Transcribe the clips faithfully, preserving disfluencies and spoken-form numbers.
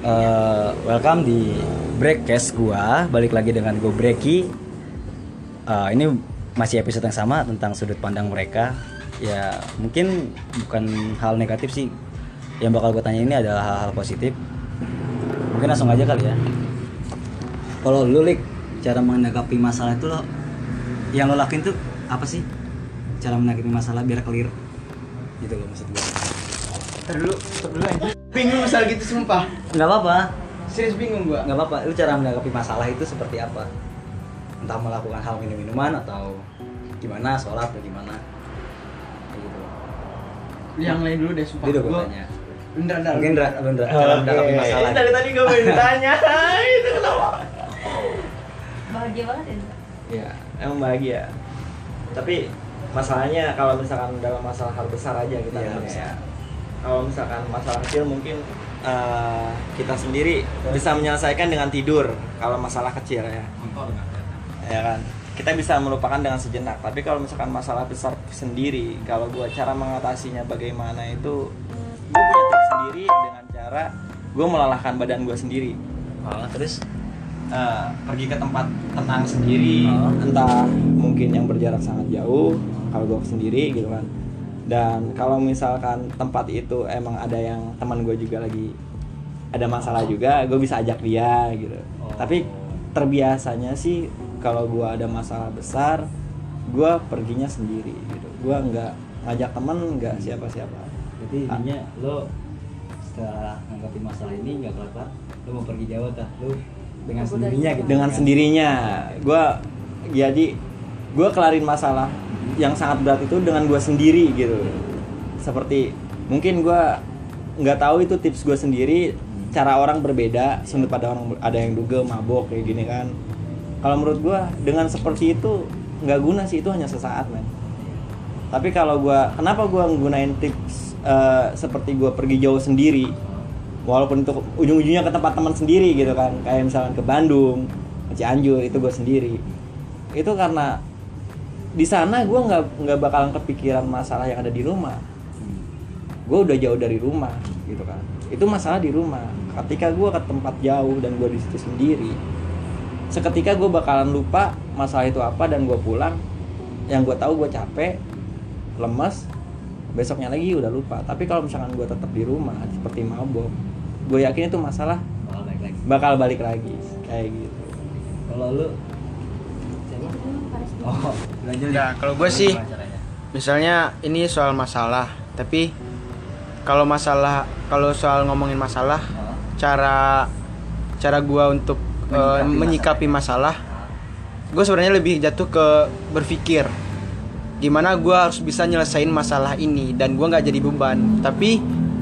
Eh, welcome di Breakcast gua, balik lagi dengan gue Breaky. Eh, ini masih episode yang sama tentang sudut pandang mereka. Ya mungkin bukan hal negatif sih. Yang bakal gue tanya ini adalah hal-hal positif. Mungkin langsung aja kali ya. Kalau lu Lik, cara menanggapi masalah itu lo, yang lo lakuin tuh apa sih? Cara menanggapi masalah biar clear gitu loh maksud gue. Ntar dulu, stop dulu aja. Bingung misal gitu sumpah. Nggak apa-apa. Serius bingung gua. Nggak apa-apa. Lu cara menanggapi masalah itu seperti apa? Entah melakukan hal minum-minuman atau gimana, sholat atau gimana? Kayak gitu. Yang lain dulu deh sumpah. Dia udah gue Gua tanya. Indra, Indra. Mungkin Indra, lu Indra, cara menanggapi masalah. Dari tadi gua mau ditanya. Itu kenapa? Bahagia banget ya. Ya, emang bahagia. Tapi masalahnya kalau misalkan dalam masalah hal besar aja kita Iya, bahas iya. ya. Kalau misalkan masalah kecil mungkin uh, kita sendiri bisa menyelesaikan dengan tidur kalau masalah kecil ya. Ya kan. Kita bisa melupakan dengan sejenak. Tapi kalau misalkan masalah besar sendiri, kalau gua cara mengatasinya bagaimana itu, gua punya trik sendiri dengan cara gua melelahkan badan gua sendiri. Oh, terus Uh, pergi ke tempat tenang sendiri, Oh. entah mungkin yang berjarak sangat jauh kalau gue sendiri gitu kan. Dan kalau misalkan tempat itu emang ada yang teman gue juga lagi ada masalah juga, gue bisa ajak dia gitu. Oh. Tapi terbiasanya sih kalau gue ada masalah besar, gue perginya sendiri gitu. Gue nggak ngajak teman, nggak siapa-siapa. jadi intinya lo setelah menanggapi masalah ini nggak kelar-kelar, lo mau pergi jauh tah, lo dengan Aku sendirinya dari- gitu. Dengan kan? sendirinya gue jadi gue kelarin masalah yang sangat berat itu dengan gue sendiri gitu. Seperti mungkin gue nggak tahu itu tips gue sendiri, cara orang berbeda, sudut pada orang ada yang duga mabok kayak gini kan. Kalau menurut gue dengan seperti itu nggak guna sih, itu hanya sesaat men. Tapi kalau gue, kenapa gue nggunain tips eh, seperti gue pergi jauh sendiri, walaupun itu ujung-ujungnya ke tempat teman sendiri gitu kan, kayak misalkan ke Bandung, ke Cianjur, itu gue sendiri. Itu karena di sana gue nggak nggak bakalan kepikiran masalah yang ada di rumah. Gue udah jauh dari rumah gitu kan. Itu masalah di rumah. Ketika gue ke tempat jauh dan gue di situ sendiri, seketika gue bakalan lupa masalah itu apa dan gue pulang. Yang gue tahu gue capek, lemes, besoknya lagi udah lupa. Tapi kalau misalkan gue tetap di rumah seperti mabok, gue yakin itu masalah Bakal balik lagi. bakal balik lagi kayak gitu. Kalau lu siapa? Oh, lanjut. Ya, kalau gua sih- Gimana caranya? Misalnya ini soal masalah, tapi kalau masalah kalau soal ngomongin masalah, Oh. cara cara gua untuk eh, Menyikapi menyikapi masalah, gue sebenarnya lebih jatuh ke berpikir gimana gue harus bisa nyelesain masalah ini dan gue nggak jadi beban. Tapi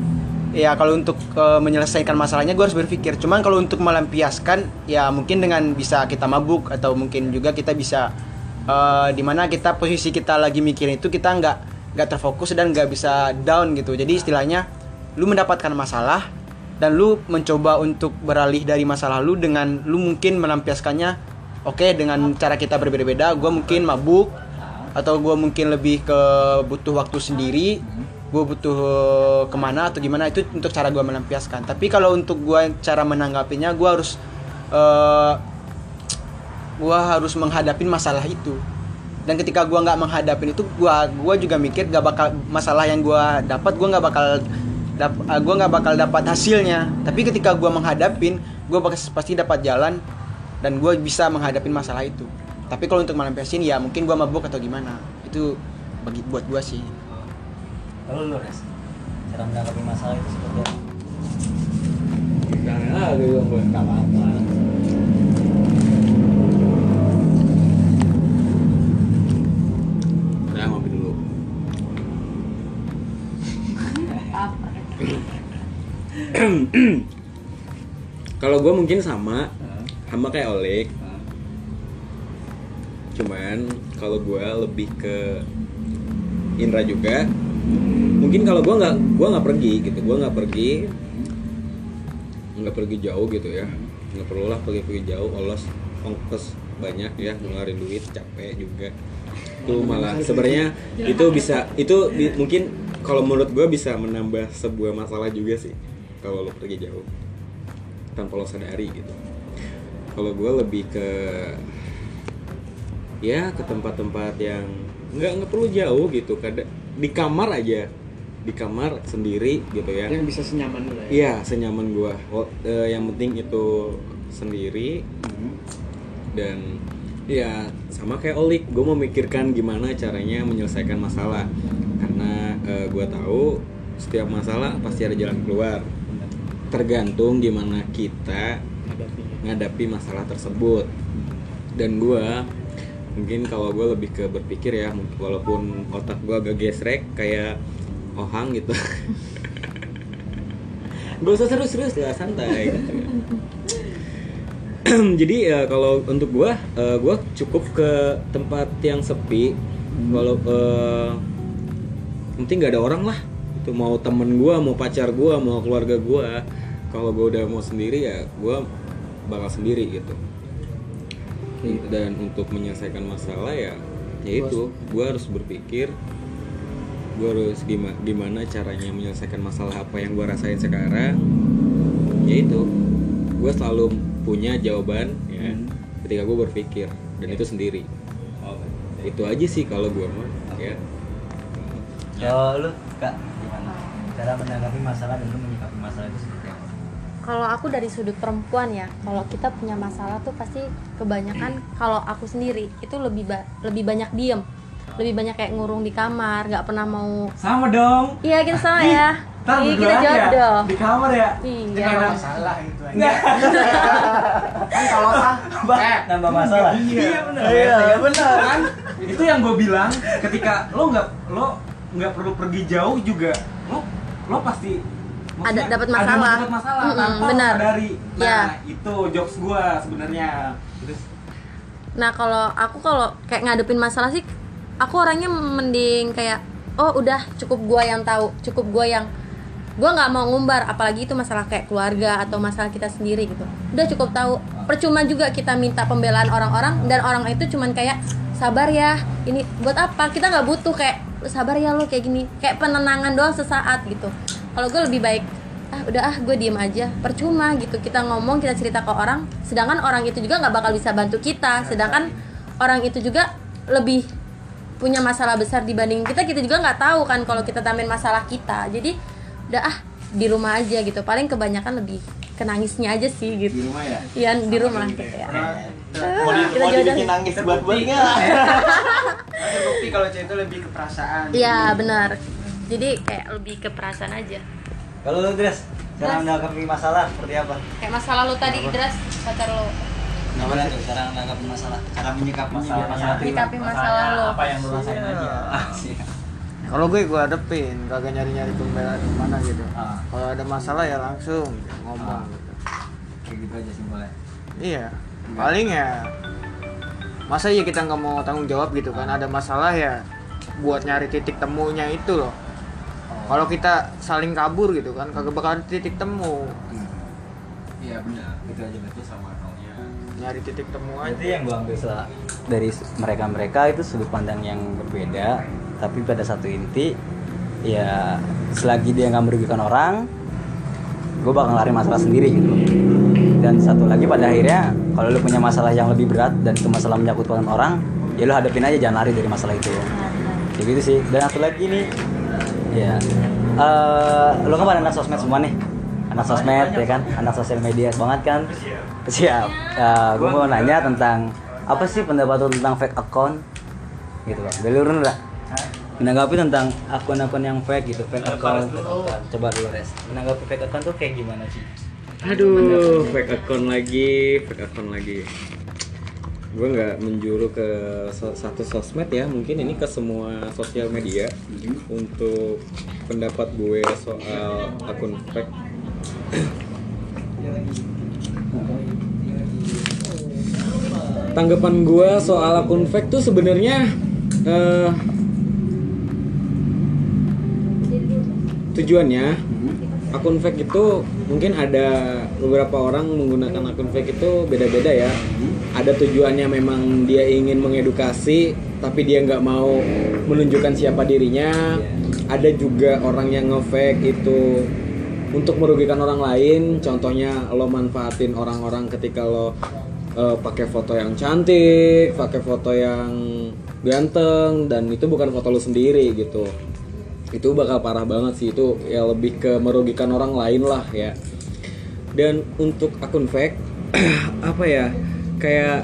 ya kalau untuk uh, menyelesaikan masalahnya gue harus berpikir. Cuman kalau untuk melampiaskan ya mungkin dengan bisa kita mabuk atau mungkin juga kita bisa uh, dimana kita posisi kita lagi mikirin itu kita nggak nggak terfokus dan nggak bisa down gitu. Jadi istilahnya lu mendapatkan masalah dan lu mencoba untuk beralih dari masalah lu dengan lu mungkin melampiaskannya. Oke, okay, dengan cara kita berbeda-beda. Gue mungkin mabuk atau gue mungkin lebih ke butuh waktu sendiri, gue butuh kemana atau gimana, itu untuk cara gue melampiaskan. Tapi kalau untuk gue cara menanggapinya, gue harus uh, gue harus menghadapin masalah itu. Dan ketika gue nggak menghadapin itu, gue gue juga mikir gak bakal masalah yang gue dapat, gue nggak bakal dap, uh, gue nggak bakal dapat hasilnya. Tapi ketika gue menghadapin, gue pasti dapat jalan dan gue bisa menghadapin masalah itu. Tapi kalau untuk melampiasin ya mungkin gua mabuk atau gimana. Itu bagi buat gua sih. Kalau lu Res, cara menanggapi masalah itu seperti apa? Jangan ah, gue bilang nggak apa-apa. Udah ngopi dulu. Apa? Kalau gue mungkin sama, sama kayak Oleg. Cuman kalau gue lebih ke Indra juga. Mungkin kalau gue nggak gue nggak pergi gitu, gue nggak pergi, nggak pergi jauh gitu ya. Nggak perlu lah pergi-pergi jauh, olos ongkos banyak ya, ngeluarin duit, capek juga. Itu malah sebenarnya itu bisa itu di, mungkin kalau menurut gue bisa menambah sebuah masalah juga sih kalau lo pergi jauh. tanpa lo sadari gitu. Kalau gue lebih ke ya ke tempat-tempat yang nggak nggak perlu jauh gitu, kadang di kamar aja, di kamar sendiri gitu ya. Yang bisa senyaman lo ya. Iya, senyaman gue. Oh, eh, yang penting itu sendiri. Dan ya sama kayak Olik, gue memikirkan gimana caranya menyelesaikan masalah, karena eh, gue tahu setiap masalah pasti ada jalan keluar, tergantung gimana kita ngadapi masalah tersebut. Dan gue mungkin kalau gue lebih ke berpikir ya, walaupun otak gue agak gesrek kayak Ohang gitu. Gak usah serius-serius lah, santai gitu. Jadi ya kalau untuk gue, uh, gue cukup ke tempat yang sepi. Kalau uh, penting nggak ada orang lah. Itu mau temen gue, mau pacar gue, mau keluarga gue. Kalau gue udah mau sendiri ya gue bakal sendiri gitu. Dan untuk menyelesaikan masalah ya, yaitu gue harus berpikir, gue harus gimana, gimana caranya menyelesaikan masalah apa yang gue rasain sekarang. Yaitu gue selalu punya jawaban ya ketika gue berpikir, dan itu sendiri. Itu aja sih kalau gue mah ya. Kalau lu Kak, gimana cara menanggapi masalah dan lu menyikapi masalah itu seperti apa? Kalau aku dari sudut perempuan ya, kalau kita punya masalah tuh pasti kebanyakan, kalau aku sendiri itu lebih ba- lebih banyak diem, lebih banyak kayak ngurung di kamar, nggak pernah mau. Sama dong. Iya kita sama ya. Ntar Iya berdua kita aja jodoh. di kamar ya. Iya. Masalah itu aja. Kan kalau sah Eh, nambah masalah. Iya benar. Iya, benar. Kan itu yang gue bilang, ketika lo nggak lo nggak perlu pergi jauh juga, lo lo pasti maksudnya Ada dapat masalah. Ada dapat masalah Mm-mm, tanpa benar. lo sadari. Nah, Iya. itu jokes gue sebenarnya. Terus Nah kalau aku kalau kayak ngadepin masalah sih, aku orangnya mending kayak oh udah cukup gua yang tahu, cukup gua yang gua nggak mau ngumbar, apalagi itu masalah kayak keluarga atau masalah kita sendiri gitu. Udah cukup tahu. Percuma juga kita minta pembelaan orang-orang dan orang itu cuman kayak sabar ya. Ini buat apa? Kita nggak butuh kayak sabar ya lo kayak gini. Kayak penenangan doang sesaat gitu. Kalau gue lebih baik ah udah ah gue diem aja, percuma gitu kita ngomong, kita cerita ke orang, sedangkan orang itu juga nggak bakal bisa bantu kita, sedangkan orang itu juga lebih punya masalah besar dibanding kita, kita juga nggak tahu kan kalau kita tambahin masalah kita. Jadi udah ah di rumah aja gitu, paling kebanyakan lebih kenangisnya aja sih gitu. di rumah ya. Iya di rumah gitu ya. Mau di, Kita mau jodoh. dibikin nangis buat buat nggak? terbukti kalau cewek itu lebih ke perasaan. Iya benar. Jadi kayak lebih ke perasaan aja. Kalau lu Dres, cara Dres. menanggapi masalah seperti apa? Kayak masalah lo tadi Dras, pacar lo. Gimana tuh cara menanggapi masalah? Cara menyikapi masalah masalah itu Menyikapi masalah lo. Apa yang lo rasain aja. Kalau gue gue hadepin, kagak nyari-nyari pembelaan di mana gitu. Ah. Kalau ada masalah ya langsung ngomong gitu. Kayak gitu aja simpelnya. Iya, paling ya masa iya kita nggak mau tanggung jawab gitu kan, ada masalah ya buat nyari titik temunya itu loh. Kalau kita saling kabur gitu kan, kagak bakal ada titik temu. Iya benar. Itu aja berarti sama halnya. Nyari titik temu Berarti aja. yang gua ambil sel- dari mereka-mereka itu sudut pandang yang berbeda, tapi pada satu inti ya selagi dia nggak merugikan orang, gue bakal ngelarin masalah sendiri gitu. Dan satu lagi pada akhirnya kalau lu punya masalah yang lebih berat dan itu masalah menyangkut orang, ya lu hadapin aja, jangan lari dari masalah itu. Kayak gitu sih. Dan satu lagi nih, ya uh, lu kan pada anak sosmed semua nih, anak sosmed ya kan, anak sosial media banget kan. Siap. Uh, gue mau nanya tentang apa sih pendapat lu tentang fake account gitu loh. Belurun enggak? Menanggapi tentang akun-akun yang fake gitu, fake account. Coba dulu Res. Menanggapi fake account tuh kayak gimana sih? Aduh, fake account lagi, fake account lagi. Gue nggak menjuru ke so- satu sosmed ya, mungkin ini ke semua sosial media. Untuk pendapat gue soal akun fake, tanggapan gue soal akun fake tuh sebenarnya eh, tujuannya akun fake itu mungkin ada beberapa orang menggunakan akun fake itu beda-beda ya. Ada tujuannya memang dia ingin mengedukasi tapi dia nggak mau menunjukkan siapa dirinya. Ada juga orang yang nge-fake itu untuk merugikan orang lain. Contohnya lo manfaatin orang-orang ketika lo uh, pakai foto yang cantik, pakai foto yang ganteng, dan itu bukan foto lo sendiri gitu. Itu bakal parah banget sih, itu ya lebih ke merugikan orang lain lah ya. Dan untuk akun fake apa ya, kayak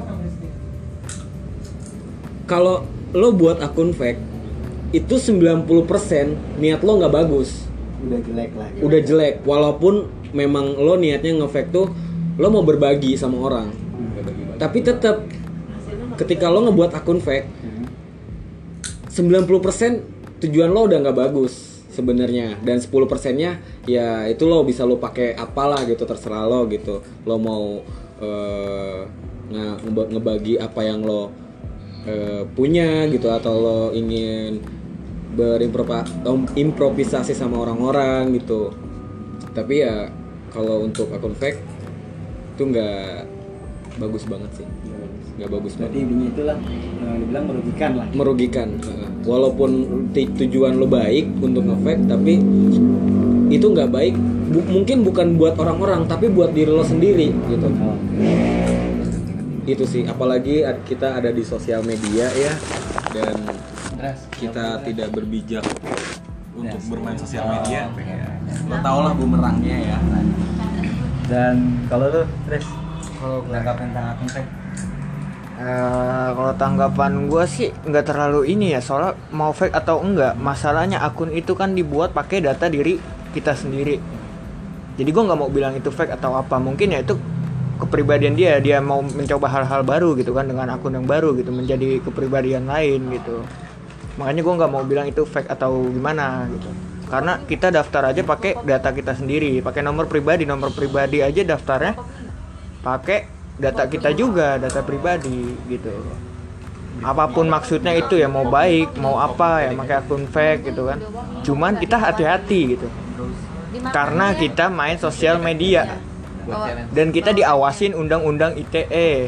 kalau lo buat akun fake itu sembilan puluh persen niat lo nggak bagus, Udah jelek lah. udah jelek, walaupun memang lo niatnya nge-fake tuh lo mau berbagi sama orang, tapi tetap ketika lo ngebuat akun fake sembilan puluh persen tujuan lo udah nggak bagus sebenarnya, dan sepuluh persennya ya itu lo bisa lo pakai apalah gitu, terserah lo gitu. Lo mau uh, nge- ngebagi apa yang lo uh, punya gitu, atau lo ingin berimprovisasi sama orang-orang gitu. Tapi ya kalau untuk akun fake itu nggak bagus banget sih, nggak bagus Berarti banget. intinya itulah yang dibilang merugikan lah. Merugikan. Uh, walaupun t- tujuan lo baik untuk nge-fake, tapi itu nggak baik. Bu- mungkin bukan buat orang-orang, tapi buat diri lo sendiri gitu. Oh. Itu sih, apalagi ad- kita ada di sosial media ya, dan Andras, kita tidak berbijak untuk Yes. bermain sosial Oh, media. oke. Lo tau lah bumerangnya ya. Dan kalau lu, Tres, Kalau gue tanggapan tentang akun fake? Eh, kalau tanggapan gue sih nggak terlalu ini ya, soalnya mau fake atau enggak, masalahnya akun itu kan dibuat pakai data diri kita sendiri. Jadi gue nggak mau bilang itu fake atau apa, mungkin ya itu kepribadian dia, dia mau mencoba hal-hal baru gitu kan dengan akun yang baru gitu, menjadi kepribadian lain gitu. Makanya gue nggak mau bilang itu fake atau gimana gitu, karena kita daftar aja pakai data kita sendiri, pakai nomor pribadi, nomor pribadi aja daftarnya pakai data kita juga, data pribadi gitu. Apapun maksudnya itu ya, mau baik mau apa ya, pakai akun fake gitu kan. Cuman kita hati-hati gitu, karena kita main sosial media dan kita diawasin undang-undang I T E.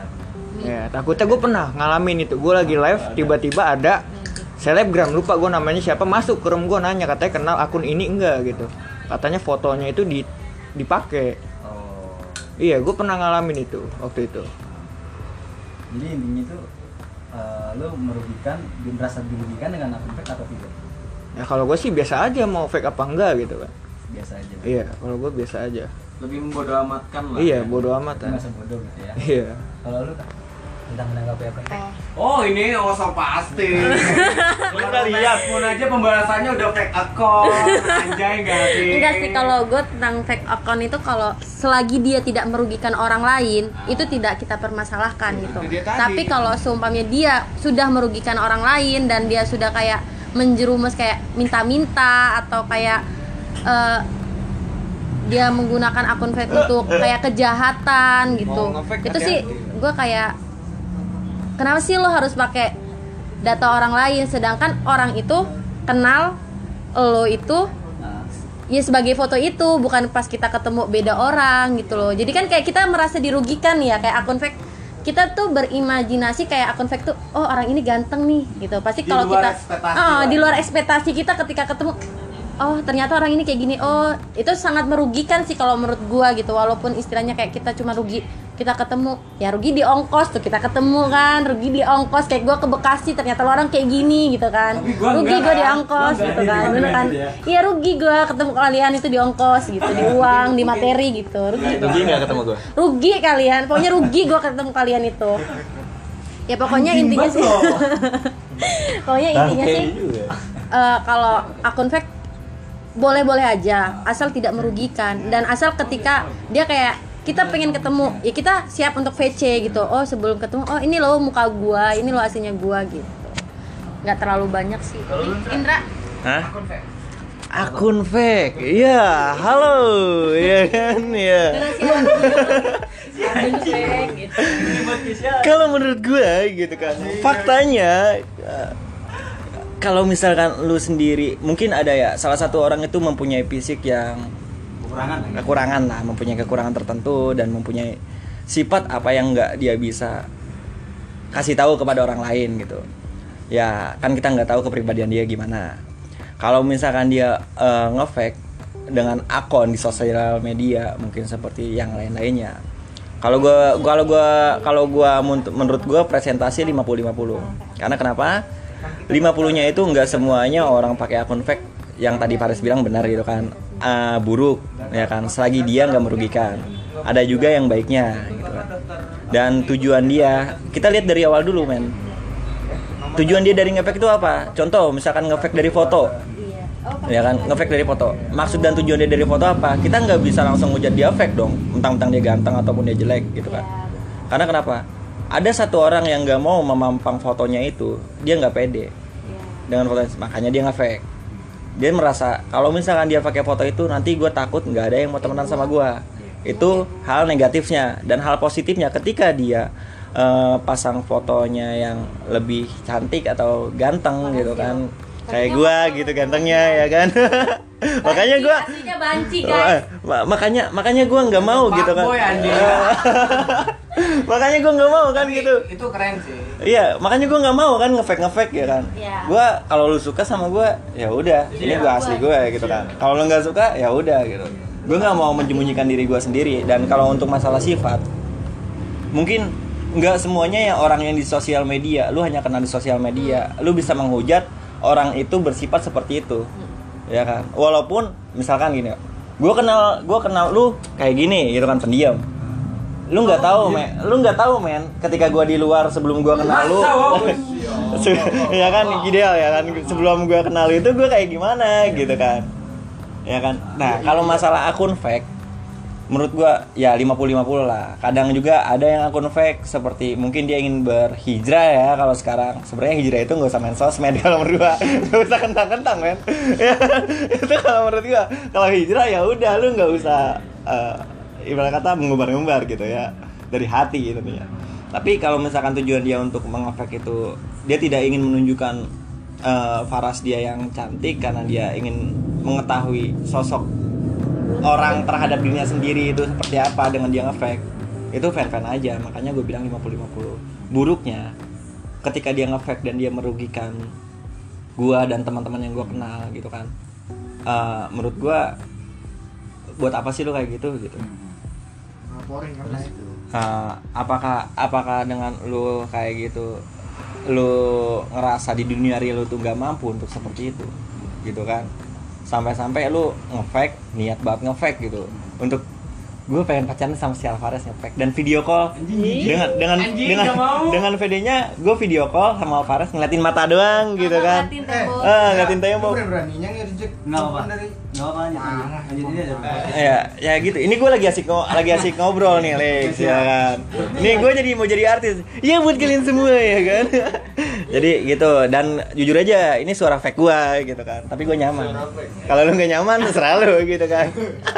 Ya takutnya gue pernah ngalamin itu, gue lagi live tiba-tiba ada selebgram, lupa gue namanya siapa, masuk ke room gue nanya, katanya kenal akun ini enggak gitu, katanya fotonya itu di dipakai. Iya, gue pernah ngalamin itu waktu itu. Jadi intinya itu uh, lu merugikan, merasa dirugikan dengan akun fake atau tidak? Ya kalau gue sih biasa aja, mau fake apa enggak gitu kan. Biasa aja. Iya, kalau gue biasa aja. Lebih membodoh amatkan lah. Iya, ya. bodo amat kan. Masa bodoh gitu ya. Iya. Kalau lu Kak, tentang menanggapi akun fake? Oh ini osok pasti. Kita lihat pun aja pembahasannya udah fake account. Anjay gak sih? Enggak sih, kalau gue tentang fake account itu kalau selagi dia tidak merugikan orang lain itu tidak kita permasalahkan gitu. itu dia tadi. Tapi kalau seumpamanya dia sudah merugikan orang lain dan dia sudah kayak menjerumus kayak minta-minta atau kayak eh, dia menggunakan akun fake untuk kayak kejahatan gitu. Mau nge-fake Itu sih hati-hati. gue kayak kenapa sih lo harus pakai data orang lain sedangkan orang itu kenal lo itu ya sebagai foto itu, bukan pas kita ketemu beda orang gitu loh. Jadi kan kayak kita merasa dirugikan ya, kayak akun fake kita tuh berimajinasi kayak akun fake tuh oh orang ini ganteng nih gitu. Pasti Di kalau luar kita ekspektasi oh, lah. di luar ekspektasi kita ketika ketemu oh ternyata orang ini kayak gini, oh itu sangat merugikan sih kalau menurut gua gitu. Walaupun istilahnya kayak kita cuma rugi kita ketemu, ya rugi di ongkos tuh kita ketemu kan, rugi di ongkos kayak gua ke Bekasi ternyata lo orang kayak gini gitu kan, Tapi gua rugi enggak, gua di kan? ongkos Gua gitu enggak kan, di bener kan, gitu ya. iya rugi gua ketemu kalian itu di ongkos gitu, di uang, di materi gitu, rugi Rugi nggak ketemu gue? rugi kalian, pokoknya rugi gua ketemu kalian itu. Ya pokoknya intinya sih pokoknya intinya sih eh, kalau akun fake boleh-boleh aja asal tidak merugikan, dan asal ketika dia kayak kita pengen ketemu ya kita siap untuk V C gitu, oh sebelum ketemu oh ini loh muka gua, ini loh aslinya gua gitu, nggak terlalu banyak sih. Indra Hah? Akun fake, iya, halo, ya kan, ya. gitu. Kalau menurut gue gitu kan, faktanya eh, kalau misalkan lu sendiri, mungkin ada ya salah satu orang itu mempunyai fisik yang Kekurangan lah. kekurangan lah, mempunyai kekurangan tertentu dan mempunyai sifat apa yang nggak dia bisa kasih tahu kepada orang lain gitu. Ya kan kita nggak tahu kepribadian dia gimana. Kalau misalkan dia uh, nge-fake, dengan akun di sosial media mungkin seperti yang lain-lainnya. Kalau gua kalau gua kalau gua menurut gua presentasi lima puluh lima puluh. Karena kenapa? lima puluh-nya itu enggak semuanya orang pakai akun fake yang tadi Faris bilang benar gitu kan. Uh, buruk ya kan, selagi dia nggak merugikan. Ada juga yang baiknya gitu kan. Dan tujuan dia, kita lihat dari awal dulu men. Tujuan dia dari nge-fake itu apa? Contoh misalkan nge-fake dari foto. Ya kan, nge-fake dari foto. Maksud dan tujuan dia dari foto apa? Kita nggak bisa langsung hujat dia fake dong, mentang-mentang dia ganteng ataupun dia jelek gitu kan. Karena kenapa? Ada satu orang yang nggak mau memampang fotonya itu, dia nggak pede dengan fotonya, makanya dia nge-fake. Dia merasa kalau misalkan dia pakai foto itu nanti gue takut nggak ada yang mau temenan sama gue. Itu hal negatifnya. Dan hal positifnya ketika dia uh, pasang fotonya yang lebih cantik atau ganteng gitu kan, kayak gue gitu gantengnya ya kan. Makanya gue aslinya banci guys. makanya makanya gue nggak mau gitu kan. Makanya gue nggak mau kan. Tapi gitu itu keren sih. Iya, makanya gue nggak mau kan ngefake ngefake ya kan. Iya. Gue kalau lu suka sama gue ya udah, ini gue asli gue gitu kan. Kalau lu nggak suka ya udah gitu. Gue nggak mau menyembunyikan diri gue sendiri. Dan kalau untuk masalah sifat, mungkin nggak semuanya yang orang yang di sosial media, lu hanya kenal di sosial media, lu bisa menghujat orang itu bersifat seperti itu, ya kan. Walaupun misalkan gini, gue kenal gue kenal lu kayak gini gitu kan, pendiam. Lu nggak tahu men, lu nggak tahu men, ketika gue di luar sebelum gue kenal lu, ya kan ideal ya kan, sebelum gue kenal itu gue kayak gimana gitu kan, ya kan. Nah kalau masalah akun fake, menurut gue ya lima puluh lima puluh lah. Kadang juga ada yang akun fake seperti mungkin dia ingin berhijrah ya. Kalau sekarang sebenarnya hijrah itu nggak usah main sosmed kalau menurut gue, nggak usah kentang-kentang men. Ya, itu kalau menurut gue, kalau hijrah ya udah lu nggak usah uh, ibarat kata mengumbar-ngumbar gitu ya, dari hati gitu ya. Tapi kalau misalkan tujuan dia untuk mengefek itu, dia tidak ingin menunjukkan uh, Faras dia yang cantik karena dia ingin mengetahui sosok orang terhadap dirinya sendiri itu seperti apa dengan dia nge-fake, itu fan-fan aja. Makanya gue bilang lima puluh lima puluh. Buruknya ketika dia nge-fake dan dia merugikan gue dan teman-teman yang gue kenal gitu kan, uh, menurut gue buat apa sih lu kayak gitu gitu. Uh, apakah apakah dengan lu kayak gitu lu ngerasa di dunia real lu tuh gak mampu untuk seperti itu gitu kan, sampai-sampai lu nge-fake, niat banget nge-fake gitu untuk gue pengen pacaran sama si Alvarez nge-fake dan video call dengan dengan Anjing, dengan dengan V D-nya gue video call sama Alvarez ngeliatin mata doang gitu kan. Ngeliatin tembok. Ah, ngeliatin tembok. Beraninya nge-reject Nggak apa. dari Nggak apa lanjut ini aja. Ya, ya gitu. Ini gue lagi asik ngo- lagi asik ngobrol nih, Lex ya kan. Nih gue jadi mau jadi artis. Iya buat kalian semua ya kan. Jadi gitu, dan jujur aja ini suara fake gue gitu kan. Tapi gue nyaman. Kalau lu nggak nyaman terserah lu gitu kan.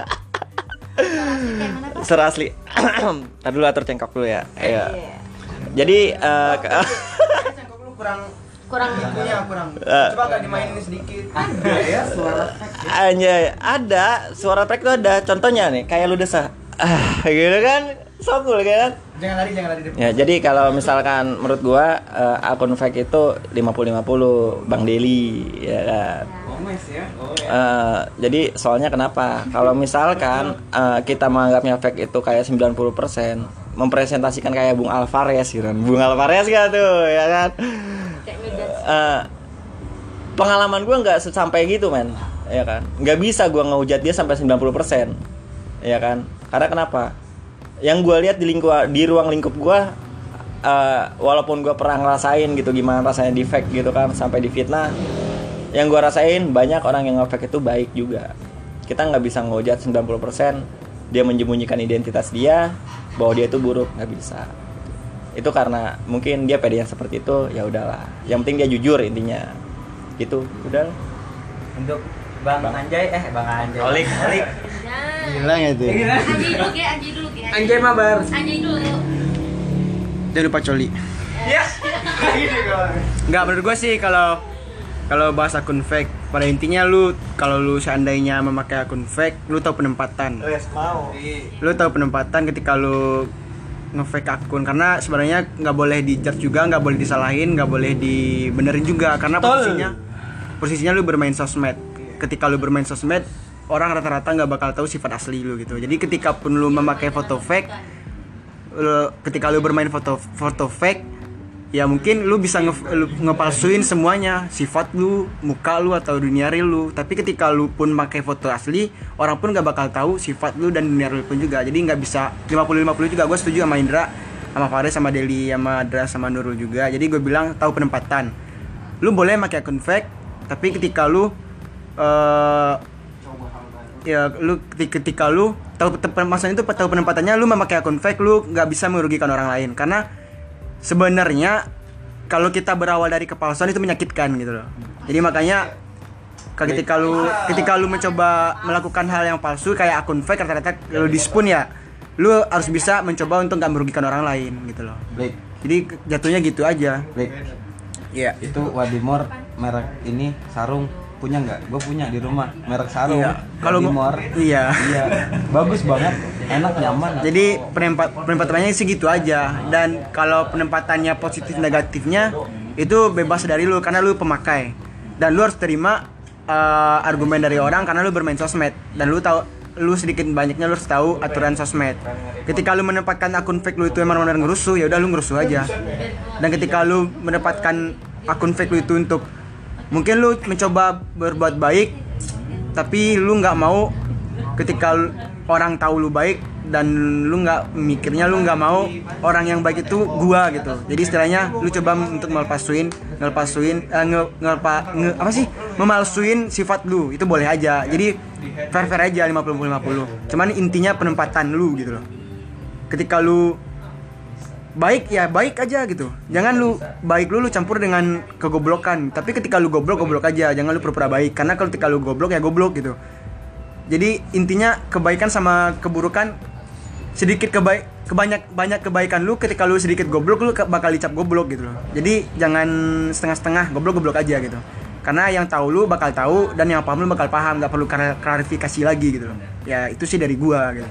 Suara asli. Tadi dulu atur cengkok dulu ya. Iya. Jadi uh, cengkok lu kurang Kurang itunya kurang. Uh, Coba gak dimainin sedikit. Ada ya suara Anjay, ada suara fake tuh ada. Contohnya nih, kayak lu desah. Ah, gitu kan. Sokul kan. Jangan lari, jangan lari. Ya, jadi kalau misalkan menurut gua uh, akun fake itu lima puluh lima puluh Bang Deli ya kan. Ya. Uh, jadi soalnya kenapa? Kalau misalkan uh, kita menganggapnya fake itu kayak sembilan puluh persen, mempresentasikan kayak Bung Alvarez gitu kan. Bung Alvarez gak tuh, ya kan? Uh, pengalaman gue nggak sampai gitu men, ya kan? Nggak bisa gue ngehujat dia sampai sembilan puluh persen, ya kan? Karena kenapa? Yang gue lihat di lingkup di ruang lingkup gue, uh, walaupun gue pernah ngerasain gitu gimana rasanya di fake gitu kan, sampai di fitnah, yang gue rasain banyak orang yang nge-fake itu baik juga. Kita nggak bisa ngehujat sembilan puluh persen dia menyembunyikan identitas dia bahwa dia itu buruk, nggak bisa. Itu karena mungkin dia pede yang seperti itu, ya udahlah. Yang penting dia jujur intinya. Gitu, udah. Untuk Bang, Bang Anjay, eh Bang Anjay. Olik, Olik. Gila gitu. Anjay dulu ya, Anjay dulu ya. Anjay mabar. Anjay dulu. Jangan lupa coli. Ya. Enggak, menurut gue sih kalau kalau bahas akun fake, pada intinya lu kalau lu seandainya memakai akun fake, lu tahu penempatan. Oh, yes, mau. Lu tahu penempatan ketika lu nge-fake akun, karena sebenarnya nggak boleh di-judge juga, nggak boleh disalahin, nggak boleh dibenerin juga, karena Betul. posisinya posisinya lu bermain sosmed. Ketika lu bermain sosmed, orang rata-rata nggak bakal tahu sifat asli lu gitu. Jadi ketika pun lu memakai foto fake, lu, ketika lu bermain foto foto fake, ya mungkin lu bisa nge, lu, ngepalsuin semuanya, sifat lu, muka lu atau dunia real lu. Tapi ketika lu pun pakai foto asli, orang pun nggak bakal tahu sifat lu dan dunia real pun juga. Jadi nggak bisa lima puluh lima puluh juga. Gue setuju sama Indra, sama Faris, sama Deli, sama Dra, sama Nurul juga. Jadi gue bilang tahu penempatan. Lu boleh pakai akun fake, tapi ketika lu uh, ya lu ketika lu tahu maksudnya itu tahu penempatannya, lu memakai akun fake, lu nggak bisa merugikan orang lain. Karena sebenarnya kalau kita berawal dari kepalsuan itu menyakitkan gitu loh. Jadi makanya ketika lu ketika lu mencoba melakukan hal yang palsu kayak akun fake, rata-rata lu dispun ya, lu harus bisa mencoba untuk nggak merugikan orang lain gitu loh. Blake, Jadi jatuhnya gitu aja. Blake. Iya. Itu Wadimor merek ini sarung punya nggak? Gue punya di rumah merek sarung. Iya. Kalau Wadimor. Iya. Iya. Bagus banget, enak, nyaman. Jadi penempat penempatannya sih gitu aja. Dan kalau penempatannya positif negatifnya itu bebas dari lu karena lu pemakai. Dan lu harus terima uh, argumen dari orang karena lu bermain sosmed dan lu tahu lu sedikit banyaknya lu harus tahu aturan sosmed. Ketika lu menempatkan akun fake lu itu emang benar ngerusuh, ya udah lu ngerusuh aja. Dan ketika lu mendapatkan akun fake lu itu untuk mungkin lu mencoba berbuat baik, tapi lu nggak mau ketika lu, orang tahu lu baik dan lu nggak mikirnya lu nggak mau orang yang baik itu gua gitu. Jadi istilahnya lu coba untuk melepasuin, ngelepasuin, eh, nge, ngelpa, nge, apa sih, memalsuin sifat lu itu boleh aja. Jadi fair fair aja lima puluh lima puluh. Cuman intinya penempatan lu gitu loh. Ketika lu baik ya baik aja gitu. Jangan lu baik lu lu campur dengan kegoblokan. Tapi ketika lu goblok goblok aja, jangan lu pura-pura baik. Karena kalau ketika lu goblok ya goblok gitu. Jadi intinya kebaikan sama keburukan, sedikit kebaik kebanyak banyak kebaikan lu, ketika lu sedikit goblok lu bakal dicap goblok gitu loh. Jadi jangan setengah-setengah, goblok-goblok aja gitu. Karena yang tahu lu bakal tahu dan yang paham lu bakal paham, nggak perlu klarifikasi lagi gitu loh. Ya itu sih dari gua gitu.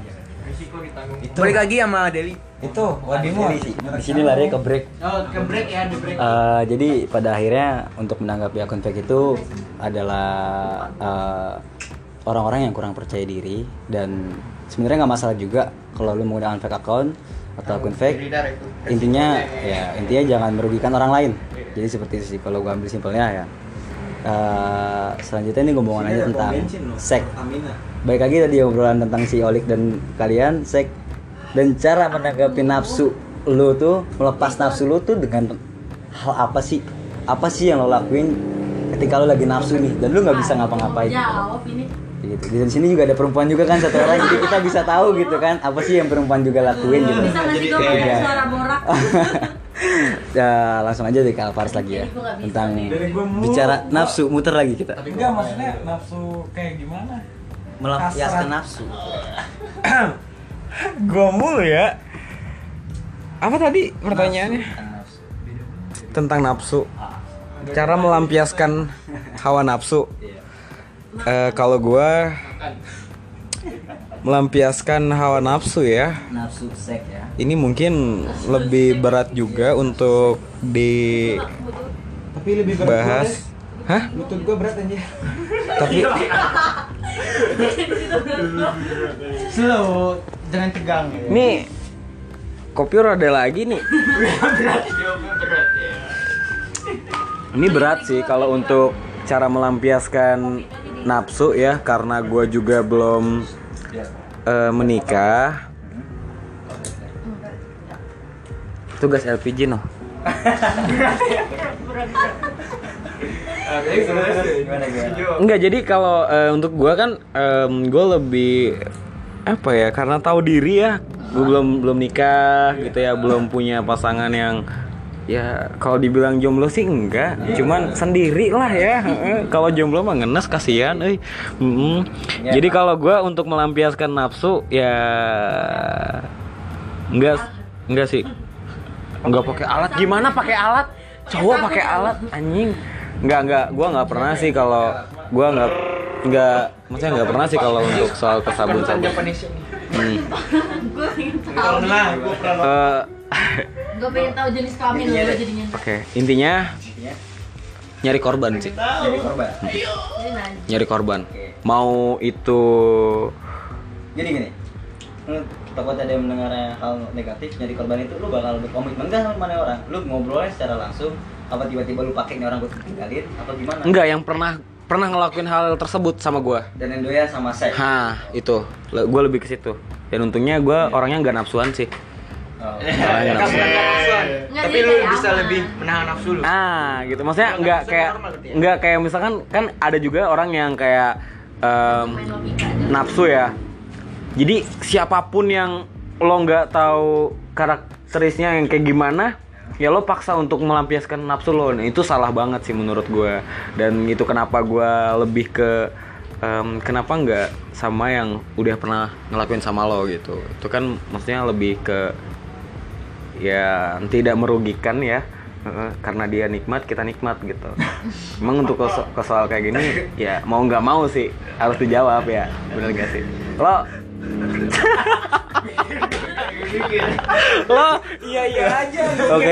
Itu, Balik lagi sama Deli. itu Wadimor. Di sini lari ke break. Oh, ke break ya, di break. Uh, jadi pada akhirnya untuk menanggapi akun fake itu adalah uh, orang-orang yang kurang percaya diri, dan sebenarnya nggak masalah juga kalau lu menggunakan fake account atau akun fake. Intinya ya intinya jangan merugikan orang lain. Jadi seperti itu sih kalau gua ambil simpelnya ya. Uh, selanjutnya ini ngomongin aja tentang seks. Baik lagi tadi obrolan tentang si Olik dan kalian seks dan cara menanggapi nafsu lu tuh, melepas nafsu lu tuh dengan hal apa sih? Apa sih yang lo lakuin ketika lu lagi nafsu nih dan lu nggak bisa ngapa-ngapain? Jawab ini. Gitu. Di sini juga ada perempuan juga kan satu orang, jadi kita bisa tahu gitu kan apa sih yang perempuan juga lakuin gitu. Bisa ngasih gue pakai suara borak. Ya langsung aja deh ke Alvares lagi ya tentang bicara nafsu, muter lagi kita. Enggak, maksudnya nafsu kayak gimana? Melampiaskan nafsu. Gua mulu ya. Apa tadi pertanyaannya? Tentang nafsu. Cara melampiaskan hawa nafsu. Eh, kalau gua melampiaskan hawa nafsu ya. Nafsu seks ya. Ini mungkin lebih berat juga untuk di Tapi lebih berat bahas. Hah? lutut gua berat aja. Tapi Slow, jangan tegang ya. nih kopi ada lagi nih. Ini berat sih kalau untuk cara melampiaskan nafsu ya, karena gue juga belum uh, menikah. Itu gas L P G noh. Enggak, jadi kalau uh, untuk gue kan um, gue lebih apa ya, karena tahu diri ya, gue belum belum nikah gitu ya, belum punya pasangan yang ya kalau dibilang jomblo sih enggak, cuman sendiri lah ya. Kalau jomblo mah ngenes kasihan, eh. Mm-hmm. Jadi kalau gue untuk melampiaskan nafsu ya enggak enggak sih, enggak pakai alat. Gimana pakai alat? Cowok pakai alat anjing. Enggak enggak, gue nggak pernah sih kalau gue nggak nggak maksudnya nggak pernah sih kalau untuk soal kesabun-sabun. Hmm. Gue pengen tahu. Uh, Gue pengen tahu jenis kelamin lo jadinya. Oke, okay. Intinya nyari korban sih. Jadi korban. Nyari korban. mau itu Gini gini, lu takut ada yang mendengar hal negatif jadi korban itu, lu bakal berkomitmen gak sama mana orang? Lu ngobrolnya secara langsung, apa tiba-tiba lu pakai ini orang buat tinggalin, atau gimana? enggak yang pernah pernah ngelakuin hal tersebut sama gua. Dan yang doyan sama seks. Hah, itu. Gue lebih ke situ. Dan untungnya gue orangnya nggak nafsuan sih. Oh. Orangnya nggak nafsuan. Nggak, Tapi dia lu kayak bisa aman. lebih menahan nafsu lu. Ah, gitu. Maksudnya nggak kayak nggak kayak misalkan kan ada juga orang yang kayak em, Main logika aja. nafsu ya. Jadi siapapun yang lo nggak tahu karakterisnya yang kayak gimana, ya lo paksa untuk melampiaskan nafsu lo. Nah, itu salah banget sih menurut gue. Dan itu kenapa gue lebih ke em, kenapa nggak sama yang udah pernah ngelakuin sama lo gitu. Itu kan maksudnya lebih ke ya tidak merugikan ya. Heeh, karena dia nikmat, kita nikmat gitu. Emang untuk ke, ke soal kayak gini ya mau nggak mau sih harus dijawab ya. Bener gak sih? Lo lo iya iya aja. Oke.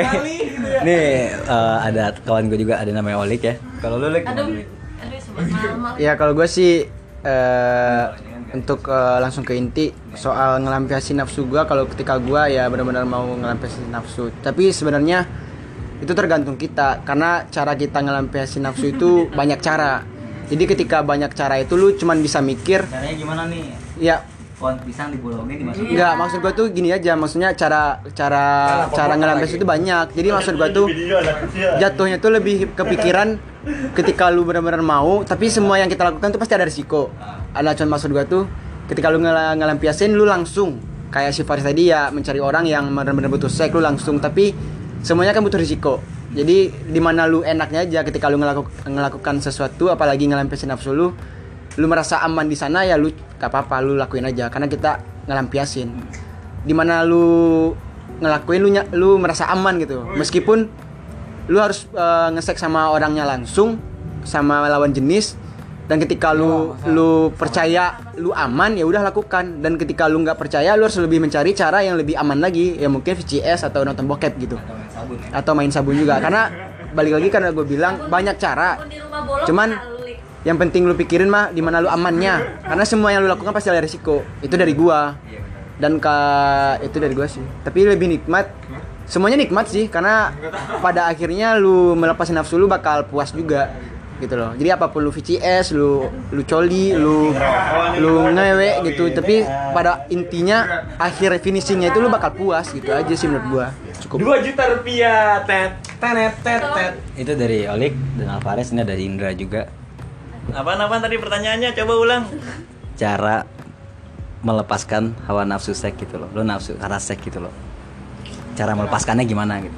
Nih eh, ada kawan gue juga ada namanya Olik ya. Kalau lu Lik? Aduh, aduh sebut nama. Ya kalau gue sih eh, untuk eh, langsung ke inti soal ngelampiasin nafsu gue, kalau ketika gue ya benar-benar mau ngelampiasin nafsu. Tapi sebenarnya itu tergantung kita, karena cara kita ngelampiasin nafsu itu banyak cara. Jadi ketika banyak cara itu lu cuman bisa mikir, Caranya gimana nih? ya Font pisang dibolongin dimasukin. enggak, maksud gue tuh gini aja, maksudnya cara cara cara ngelampiasin itu banyak. Jadi maksud gue tuh jatuhnya tuh lebih kepikiran ketika lu benar-benar mau, tapi semua yang kita lakukan tuh pasti ada risiko. Ada contoh maksud gue tuh ketika lu ngel- ngelampiasin lu langsung kayak si Faris tadi ya, mencari orang yang benar-benar butuh seks lu langsung, tapi semuanya kan butuh risiko. Jadi di mana lu enaknya aja ketika lu ngelaku- ngelakukan sesuatu, apalagi ngelampiasin nafsu lu, lu merasa aman di sana ya lu gak apa-apa, lu lakuin aja karena kita ngelampiasin. Di mana lu ngelakuin lu ny- lu merasa aman gitu. Meskipun lu harus uh, nge-seks sama orangnya langsung, sama lawan jenis, dan ketika lu lu percaya lu aman ya udah lakukan, dan ketika lu nggak percaya lu harus lebih mencari cara yang lebih aman lagi, ya mungkin V C S atau nonton bokep gitu, atau main sabun juga. Karena balik lagi karena gue bilang banyak cara, Di rumah bolong cuman bisa lu, Lik. yang penting lu pikirin mah di mana lu amannya, karena semua yang lu lakukan pasti ada risiko. Itu dari gua dan ke itu dari gua sih, tapi lebih nikmat, semuanya nikmat sih, karena pada akhirnya lu melepas nafsu lu bakal puas juga gitu loh. Jadi apapun lu V C S, lu lu coli, lu lu ngewe gitu, tapi pada intinya akhir finishingnya itu lu bakal puas gitu aja sih menurut gua. Cukup. dua juta rupiah, tet, tenet, tet, tet. Itu dari Olik dan Alvarez, ini dari Indra juga. Apaan-apaan tadi pertanyaannya? Coba ulang. Cara melepaskan hawa nafsu seks gitu loh. Lu nafsu karena seks gitu loh. Cara melepaskannya gimana gitu.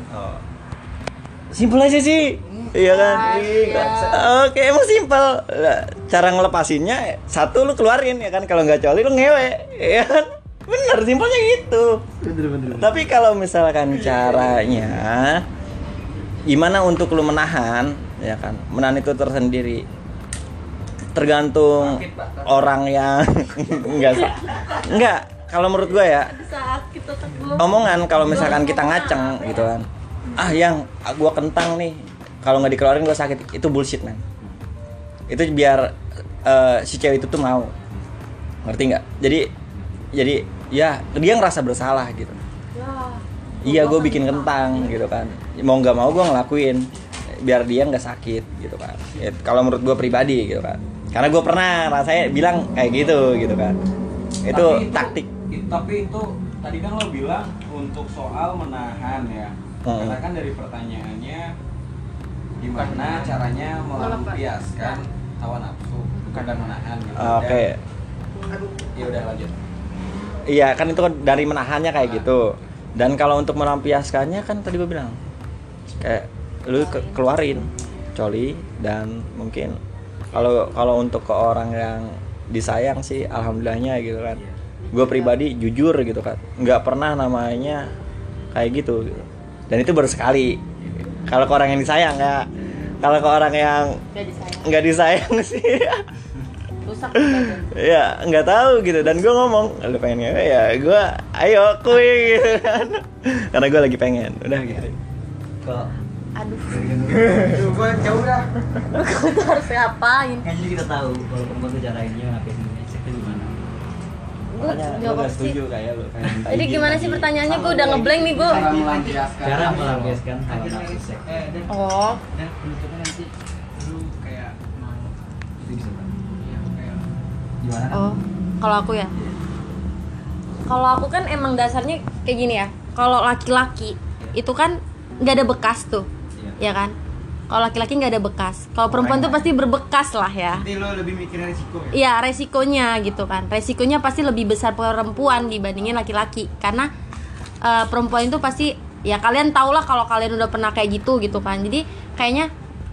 Simpel aja sih. Iya kan? Oke, emang simpel. Cara ngelepasinnya satu lu keluarin ya kan, kalau nggak coli lu ngewe, ya kan? Bener, simpelnya gitu. Tapi kalau misalkan caranya gimana untuk lu menahan, ya kan? Menahan itu tersendiri. Tergantung orang yang enggak enggak kalau menurut gue ya, Sakit otak gua. omongan kalau misalkan kita ngaceng gitu kan, ah yang gue kentang nih, kalau nggak dikeluarin gue sakit, itu bullshit man. Itu biar uh, si cewek itu tuh mau, ngerti nggak? Jadi jadi ya dia ngerasa bersalah gitu. Iya gue bikin kentang gitu kan, mau nggak mau gue ngelakuin biar dia nggak sakit gitu kan. Ya, kalau menurut gue pribadi gitu kan, karena gue pernah rasanya bilang kayak gitu gitu kan. Itu, Tapi taktik. it- tapi itu tadi kan lo bilang untuk soal menahan ya. Hmm. Karena kan dari pertanyaannya gimana caranya melampiaskan hawa nafsu, bukan dan menahan gitu. Oke. Ya udah lanjut. Iya kan itu kan dari menahannya kayak gitu. Dan kalau untuk melampiaskannya kan tadi gue bilang kayak lu ke- keluarin coli, dan mungkin kalau kalau untuk ke orang yang disayang sih alhamdulillahnya gitu kan. Gue pribadi jujur gitu kan, nggak pernah namanya kayak gitu, gitu. Dan itu baru sekali. Kalau ke orang yang disayang ya, kalau ke orang yang Gak disayang. nggak disayang sih Rusak juga. ya nggak tahu gitu. Dan gue ngomong lu pengen ngewe ya gue ayo kuy gitu kan, karena gue lagi pengen udah gitu. Kalau aduh Aduh, gua jauh dah. gue tuh harus ngapain? Kan jadi kita tahu kalau perempuan tuh cara ini ngapain seks itu gimana. Gue Makanya gue jawab gak sih. setuju kayak lu kayak minta Jadi izin gimana sih tadi. pertanyaannya? Gue udah ngeblank nih gue. Cara melampiaskan. Cara melampiaskan hawa nafsu seks. Eh, dan Oh, dan penutupnya nanti lu kayak mau Itu bisa kan? ya kayak Gimana? oh. Kalau aku ya. Kalau aku kan emang dasarnya kayak gini ya. Kalau laki-laki itu kan nggak ada bekas tuh, Iya. ya kan? Kalau laki-laki nggak ada bekas. Kalau perempuan tuh pasti berbekas lah ya. nanti lu lebih mikirin risiko ya. Iya, resikonya gitu kan. Resikonya pasti lebih besar perempuan dibandingin laki-laki. Karena eh, perempuan itu pasti ya kalian tau lah kalau kalian udah pernah kayak gitu gitu kan. Jadi kayaknya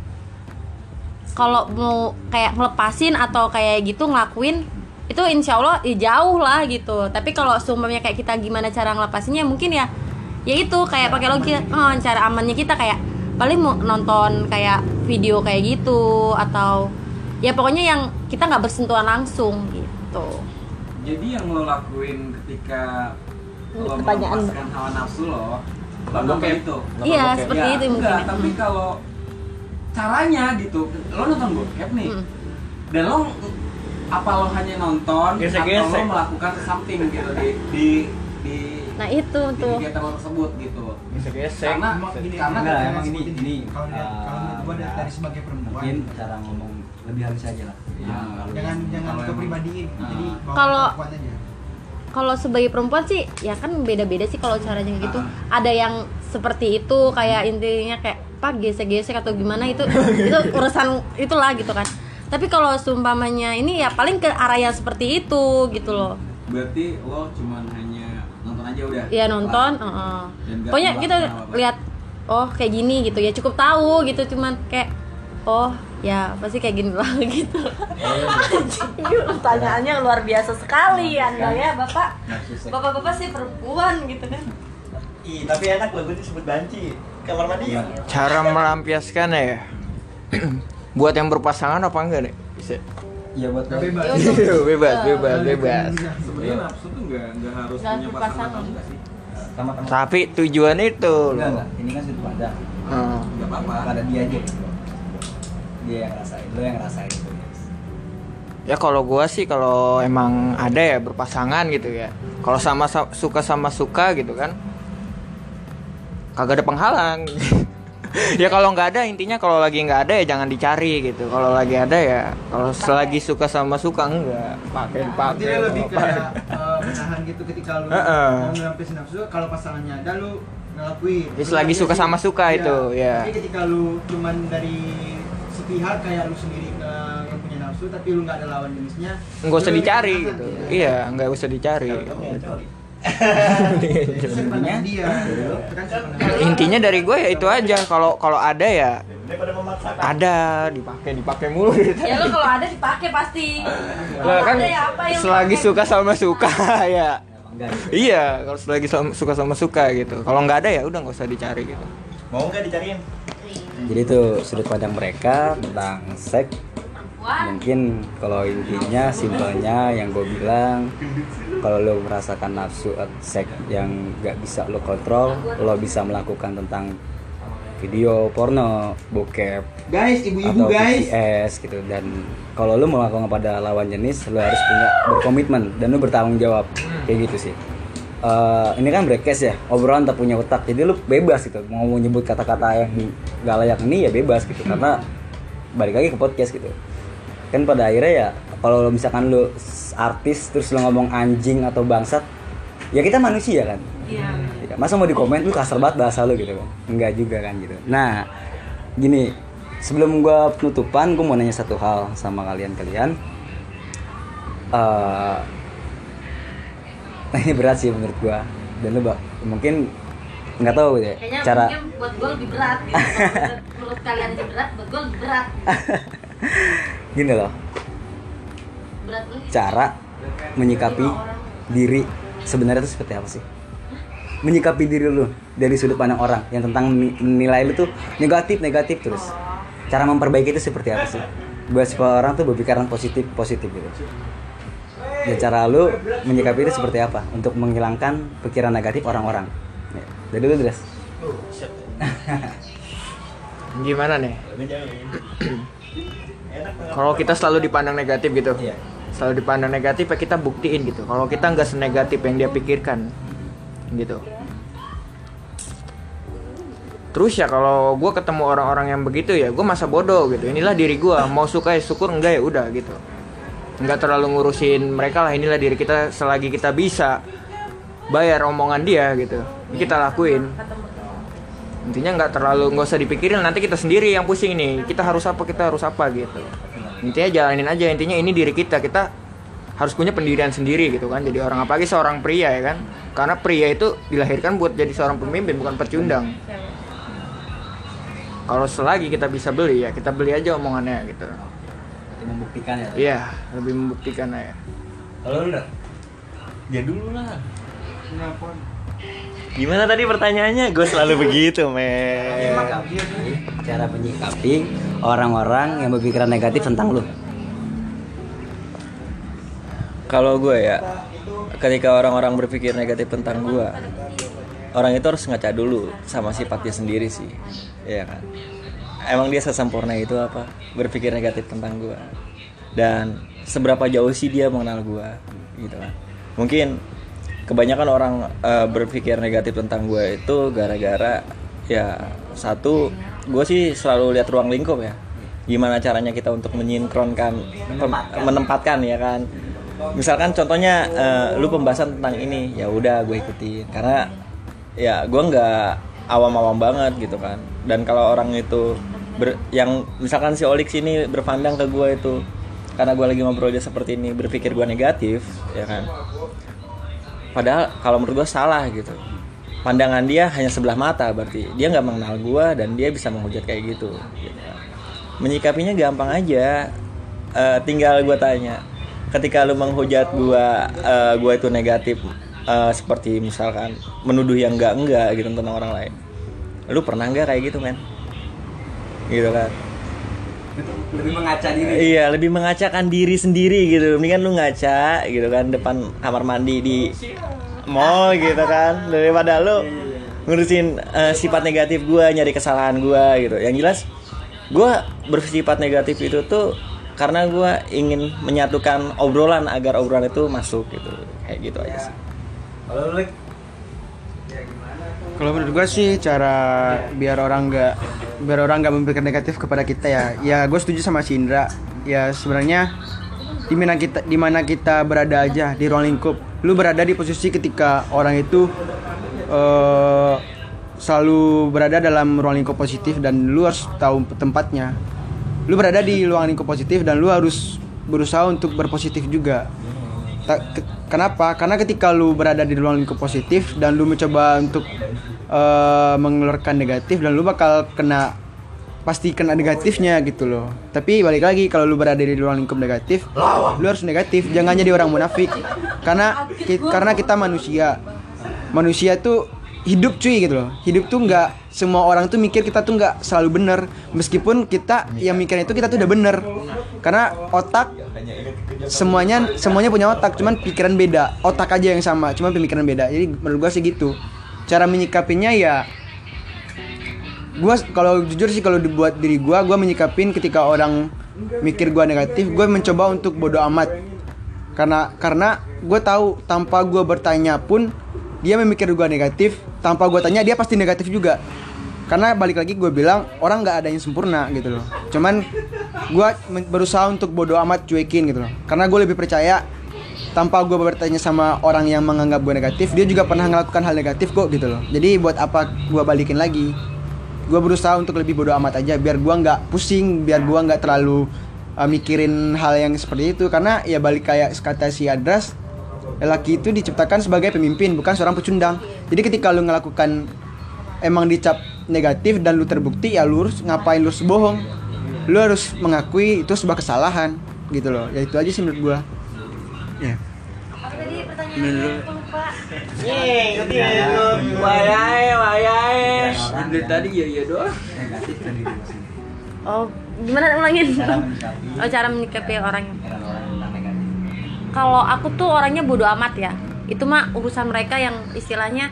kalau mau kayak ngelepasin atau kayak gitu ngelakuin itu insya Allah ya jauh lah gitu. Tapi kalau seumpamanya kayak kita gimana cara ngelepasinnya mungkin ya ya itu kayak pakai logika, oh, cara amannya kita kayak paling mau nonton kayak video kayak gitu atau ya pokoknya yang kita nggak bersentuhan langsung gitu. Jadi yang lo lakuin ketika lo Pertanyaan. melepaskan hawa nafsu lo, Nonton lo bokep. itu. Iya, bokep. seperti Ya, itu mungkin. enggak, tapi kalau caranya gitu, lo nonton bokep nih, Hmm. dan lo apa lo hanya nonton atau Gesek-gesek. lo melakukan something gitu di di di, Nah itu di tuh. kegiatan lo tersebut gitu. Gesek-gesek. Karena Emang gini, karena Enggak, katanya emang ini seperti ini kalau lihat uh, kalau menurut gua dari, benar. dari sebagai perempuan Mungkin cara ngomong lebih halus aja lah. Iya, Ya, kalau jangan emang- jangan kalau ke emang- pribadiin Nah. jadi bawa Kalau- perempuan aja. Kalau sebagai perempuan sih ya kan beda-beda sih kalau caranya gitu. Ah. Ada yang seperti itu kayak intinya kayak apa gesek-gesek atau gimana itu itu urusan itulah gitu kan. Tapi kalau seumpamanya ini ya paling ke arah yang seperti itu gitu loh. Berarti lo cuman hanya nonton aja udah. Ya nonton, Kelar. heeh. Dan nggak Pokoknya kita melakukan apa-apa. lihat oh kayak gini gitu ya cukup tahu gitu cuman kayak oh ya pasti kayak gini lah gitu. Ini pertanyaannya luar biasa sekali anda ya bapak. Bapak-bapak sih perempuan gitu kan. Ih, tapi enak loh gue disebut banci. Kamar mandi. Cara melampiaskan ya. Buat yang berpasangan apa enggak nih? Bisa. ya buat lo. Bebas. Ya, untuk- bebas, eh, bebas, bebas. Sebenarnya nafsu tuh nggak nggak harus Nggak punya berpasangan. pasangan atau enggak sih? Sama-sama. Tapi tujuan itu Enggak, loh. enggak. Ini kan sudut pandang. Hmm. Nggak apa-apa. Pada dia aja. Dia yang ngerasain, lo yang ngerasain itu. Guys. Ya kalau gua sih kalau emang ada ya berpasangan gitu ya. Kalau sama sa- suka sama suka gitu kan. Kagak ada penghalang. Ya kalau nggak ada intinya kalau lagi nggak ada ya jangan dicari gitu. Kalau lagi ada ya kalau selagi suka sama suka enggak pakai pakai. Dia lebih kayak eh, menahan gitu ketika lu Heeh. mau melampiaskan nafsu, kalau pasangannya ada lu ngelakuin. Terus lagi suka sama suka itu, ya. Tapi ketika lu cuman dari sepihak kayak lu sendiri eh, yang punya nafsu tapi lu nggak ada lawan jenisnya, Nggak usah lu lebih dicari menahan, gitu. ya. Iya nggak usah dicari. Itu sudut pandang dia. Itu kan sudut pandang dia. Intinya dari gue ya itu aja. Kalau kalau ada ya Daripada memaksakan. ada dipakai dipakai mulu gitu. Ya lo kalau ada dipakai pasti. Lah kan Ada ya, apa yang selagi dipakai? suka sama suka ya. Enggak. Iya, kalau selagi sama- suka sama suka gitu. Kalau nggak ada ya udah nggak usah dicari gitu. Mau nggak dicariin? Jadi itu sudut pandang mereka tentang seks. Perempuan. Mungkin kalau intinya simpelnya yang gue bilang, kalau lo merasakan nafsu at seks yang gak bisa lo kontrol, lo bisa melakukan tentang video porno, bokep, Guys, ibu-ibu atau guys. P C S gitu. Dan kalau lo melakukan pada lawan jenis, lo harus punya berkomitmen dan lo bertanggung jawab kayak gitu sih. Eh, ini kan broadcast ya, obrolan tak punya otak, jadi lu bebas gitu mau nyebut kata-kata yang gak layak ini ya bebas gitu, karena balik lagi ke podcast gitu kan pada akhirnya ya. Kalau lu misalkan lu artis terus lu ngomong anjing atau bangsat, ya kita manusia kan. Iya. Ya, masa mau di komen lu kasar banget bahasa lu gitu kan, enggak juga kan gitu. Nah gini, sebelum gua penutupan gua mau nanya satu hal sama kalian-kalian. Eh, Nah ini berat sih menurut gua, dan lu bak mungkin nggak tahu ya Kayaknya cara mungkin buat gue lebih berat gitu. Kalau menurut kalian aja berat, buat gue lebih berat. gini loh, Berat lu. cara menyikapi diri sebenarnya itu seperti apa sih? Menyikapi diri lu dari sudut pandang orang yang tentang menilai lu tuh negatif negatif terus. Cara memperbaiki itu seperti apa sih? Buat supaya orang tuh berpikiran positif positif gitu. Dan cara lu menyikapi itu seperti apa untuk menghilangkan pikiran negatif orang-orang? Ya. Jadi lu Dres. Gimana nih? Kalau kita selalu dipandang negatif gitu, selalu dipandang negatif, ya kita buktiin gitu. Kalau kita nggak senegatif yang dia pikirkan, gitu. Terus ya kalau gue ketemu orang-orang yang begitu ya gue masa bodoh gitu. Inilah diri gue, mau suka ya syukur, enggak ya udah gitu. Nggak terlalu ngurusin mereka lah. Inilah diri kita, selagi kita bisa bayar omongan dia gitu, kita lakuin. Intinya nggak terlalu, nggak usah dipikirin, nanti kita sendiri yang pusing nih. Kita harus apa, kita harus apa gitu. Intinya jalanin aja. Intinya ini diri kita, kita harus punya pendirian sendiri gitu kan. Jadi orang, apalagi seorang pria ya kan. Karena pria itu dilahirkan buat jadi seorang pemimpin, bukan pecundang. Kalau selagi kita bisa beli ya kita beli aja omongannya gitu. Berarti membuktikan ya. Iya, lebih membuktikan aja. Kalau lu udah Ya dulu lah. Gimana tadi pertanyaannya? Gue selalu begitu, men. cara menyikapi orang-orang yang berpikiran negatif tentang lu. Kalau gue ya, ketika orang-orang berpikir negatif tentang gue, orang itu harus ngaca dulu sama sifatnya sendiri sih, ya kan. Emang dia sesempurna itu apa? Berpikir negatif tentang gue. Dan seberapa jauh sih dia mengenal gue, gitu kan. Mungkin kebanyakan orang uh, berpikir negatif tentang gue itu gara-gara ya satu, gue sih selalu lihat ruang lingkup ya. Gimana caranya kita untuk menyinkronkan, menempatkan, menempatkan ya kan. Misalkan contohnya uh, lu pembahasan tentang ini, ya udah gue ikutin karena ya gue nggak awam-awam banget gitu kan. Dan kalau orang itu ber, yang misalkan si Olik sini berpandang ke gue itu karena gue lagi ngobrol dia seperti ini, berpikir gue negatif ya kan, padahal kalau menurut gue salah gitu. Pandangan dia hanya sebelah mata, berarti dia nggak mengenal gue dan dia bisa menghujat kayak gitu, gitu kan. Menyikapinya gampang aja, uh, tinggal gue tanya, ketika lu menghujat gue, uh, gue itu negatif, uh, seperti misalkan menuduh yang enggak-enggak gitu tentang orang lain, lu pernah nggak kayak gitu men? Gitu kan. Lebih mengaca diri. Iya, lebih mengacakan diri sendiri gitu. Mendingan lu ngaca gitu kan depan kamar mandi di mall gitu kan, daripada lu ngurusin uh, sifat negatif gue, nyari kesalahan gue gitu. Yang jelas gue bersifat negatif itu tuh karena gue ingin menyatukan obrolan agar obrolan itu masuk gitu. Kayak gitu aja sih. Kalau lu Kalau menurut gue sih cara biar orang nggak biar orang nggak memberikan negatif kepada kita ya, ya gue setuju sama si Indra. Ya sebenarnya di mana kita di mana kita berada aja di ruang lingkup, lu berada di posisi ketika orang itu uh, selalu berada dalam ruang lingkup positif dan lu harus tahu tempatnya. Lu berada di ruang lingkup positif dan lu harus berusaha untuk berpositif juga. Ta- ke- kenapa? Karena ketika lu berada di ruang lingkup positif dan lu mencoba untuk uh, mengeluarkan negatif, dan lu bakal kena, pasti kena negatifnya gitu loh. Tapi balik lagi, kalau lu berada di ruang lingkup negatif, lu harus negatif, jangan jadi orang munafik. Karena ki- karena kita manusia. Manusia tuh hidup cuy gitu loh. Hidup tuh nggak semua orang tuh mikir kita tuh nggak selalu bener. Meskipun kita yang mikirnya itu kita tuh udah bener. Karena otak semuanya semuanya punya otak, cuman pikiran beda. Otak aja yang sama, cuman pemikiran beda. Jadi menurut gua sih gitu. Cara menyikapinya ya, gua kalau jujur sih kalau dibuat diri gua, gua menyikapin ketika orang mikir gua negatif, gua mencoba untuk bodo amat. Karena karena gua tahu tanpa gua bertanya pun dia memikir gue negatif, tanpa gue tanya dia pasti negatif juga. Karena balik lagi gue bilang, orang gak ada yang sempurna gitu loh. Cuman gue berusaha untuk bodo amat, cuekin gitu loh. Karena gue lebih percaya tanpa gue bertanya sama orang yang menganggap gue negatif, dia juga pernah melakukan hal negatif kok gitu loh. Jadi buat apa gue balikin lagi. Gue berusaha untuk lebih bodo amat aja, biar gue gak pusing, biar gue gak terlalu uh, mikirin hal yang seperti itu. Karena ya balik kayak kata si Adras, lelaki itu diciptakan sebagai pemimpin, bukan seorang pecundang. Jadi ketika lu melakukan emang dicap negatif dan lu terbukti, ya lu harus ngapain lu harus bohong. Lu harus mengakui itu sebuah kesalahan gitu loh. Ya itu aja sih menurut gua. Ya. Apa tadi pertanyaannya? Aku lupa. Yeay, ngerti ya. Wayai, wayai. Dari tadi ya ya doang. negatif kan diri lu sendiri. Oh, gimana ulangin? Cara menyikapi Oh, cara menyikapi orang. orang tentang negatif. Kalau aku tuh orangnya bodo amat ya. Itu mah urusan mereka yang istilahnya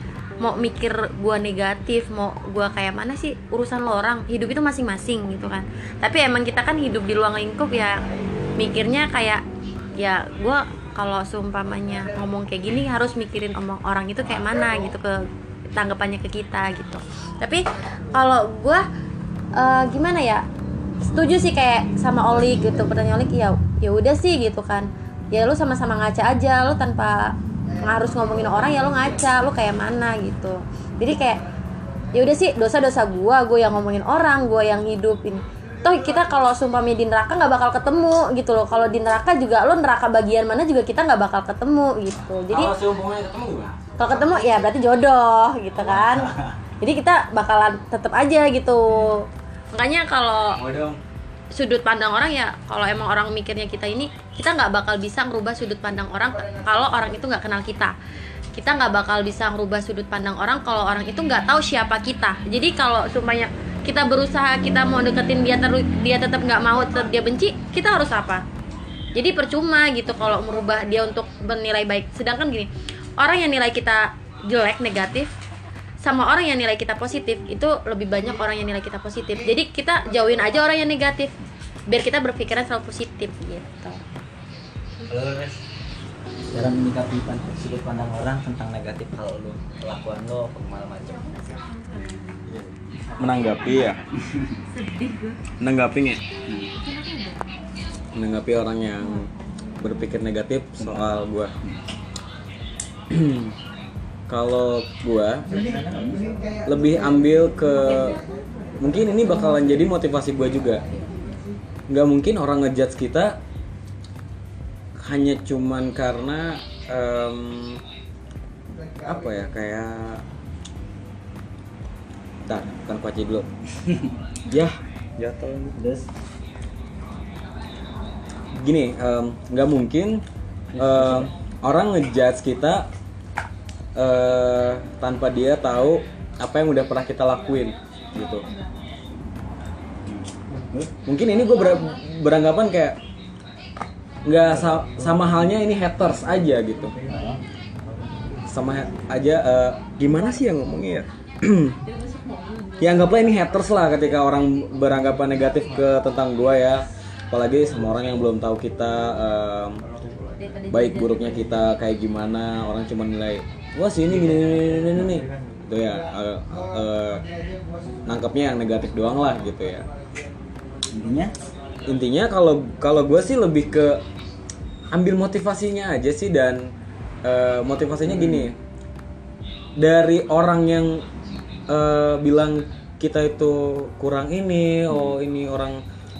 mau mikir gua negatif, mau gua kayak mana sih, urusan lo orang, hidup itu masing-masing gitu kan. Tapi emang kita kan hidup di ruang lingkup ya, mikirnya kayak ya gua kalau seumpamanya ngomong kayak gini harus mikirin omong orang itu kayak mana gitu, ke tanggapannya ke kita gitu. Tapi kalau gua uh, gimana ya, setuju sih kayak sama Oli gitu, pertanyaan Oli ya ya udah sih gitu kan, ya lu sama-sama ngaca aja, lu tanpa harus ngomongin orang ya lu ngaca, lu kayak mana gitu. Jadi kayak ya udah sih, dosa-dosa gua, gua yang ngomongin orang, gua yang hidupin. Toh kita kalau sumpahnya di neraka nggak bakal ketemu gitu loh. Kalau di neraka juga lo neraka bagian mana juga kita nggak bakal ketemu gitu. Jadi Kalau seumpamanya ketemu gimana? kalau ketemu ya berarti jodoh gitu kan. Jadi kita bakalan tetep aja gitu. Makanya kalau sudut pandang orang ya, kalau emang orang mikirnya kita ini, kita nggak bakal bisa ngerubah sudut pandang orang kalau orang itu nggak kenal kita. Kita nggak bakal bisa ngerubah sudut pandang orang kalau orang itu nggak tahu siapa kita. Jadi kalau sumpahnya kita berusaha, kita mau deketin dia terus dia tetap nggak mau, tetap dia benci, kita harus apa? Jadi percuma gitu kalau merubah dia untuk bernilai baik. Sedangkan gini, orang yang nilai kita jelek, negatif, sama orang yang nilai kita positif, itu lebih banyak orang yang nilai kita positif. Jadi kita jauhin aja orang yang negatif, biar kita berpikiran selalu positif gitu. Halo Res, cara menyikapi pan- sudut pandang orang tentang negatif hal lo, kelakuan lo, segala macam. Menanggapi ya. Menanggapinya. Menanggapi orang yang berpikir negatif soal gua. Kalau gua lebih ambil ke, mungkin ini bakalan jadi motivasi gua juga. Nggak mungkin orang ngejudge kita hanya cuman karena um, apa ya, kayak Bentar, bukan kuaci dulu. Ya, jatuh. Terus Gini, em, nggak mungkin em, orang ngejudge kita eh, tanpa dia tahu apa yang udah pernah kita lakuin, gitu. Mungkin ini gue ber- beranggapan kayak nggak sa- sama halnya ini haters aja gitu. Sama ha- aja eh, gimana sih yang ngomongnya ya? Ya anggaplah ini haters lah, ketika orang beranggapan negatif ke tentang gua ya, apalagi sama orang yang belum tahu kita um, baik buruknya kita kayak gimana, orang cuma nilai wah sih ini gini gini gini, gini. Gitu ya, uh, uh, nangkepnya yang negatif doang lah gitu ya. intinya Intinya kalau kalau gua sih lebih ke ambil motivasinya aja sih, dan uh, motivasinya gini, dari orang yang Uh, bilang kita itu kurang ini, oh ini orang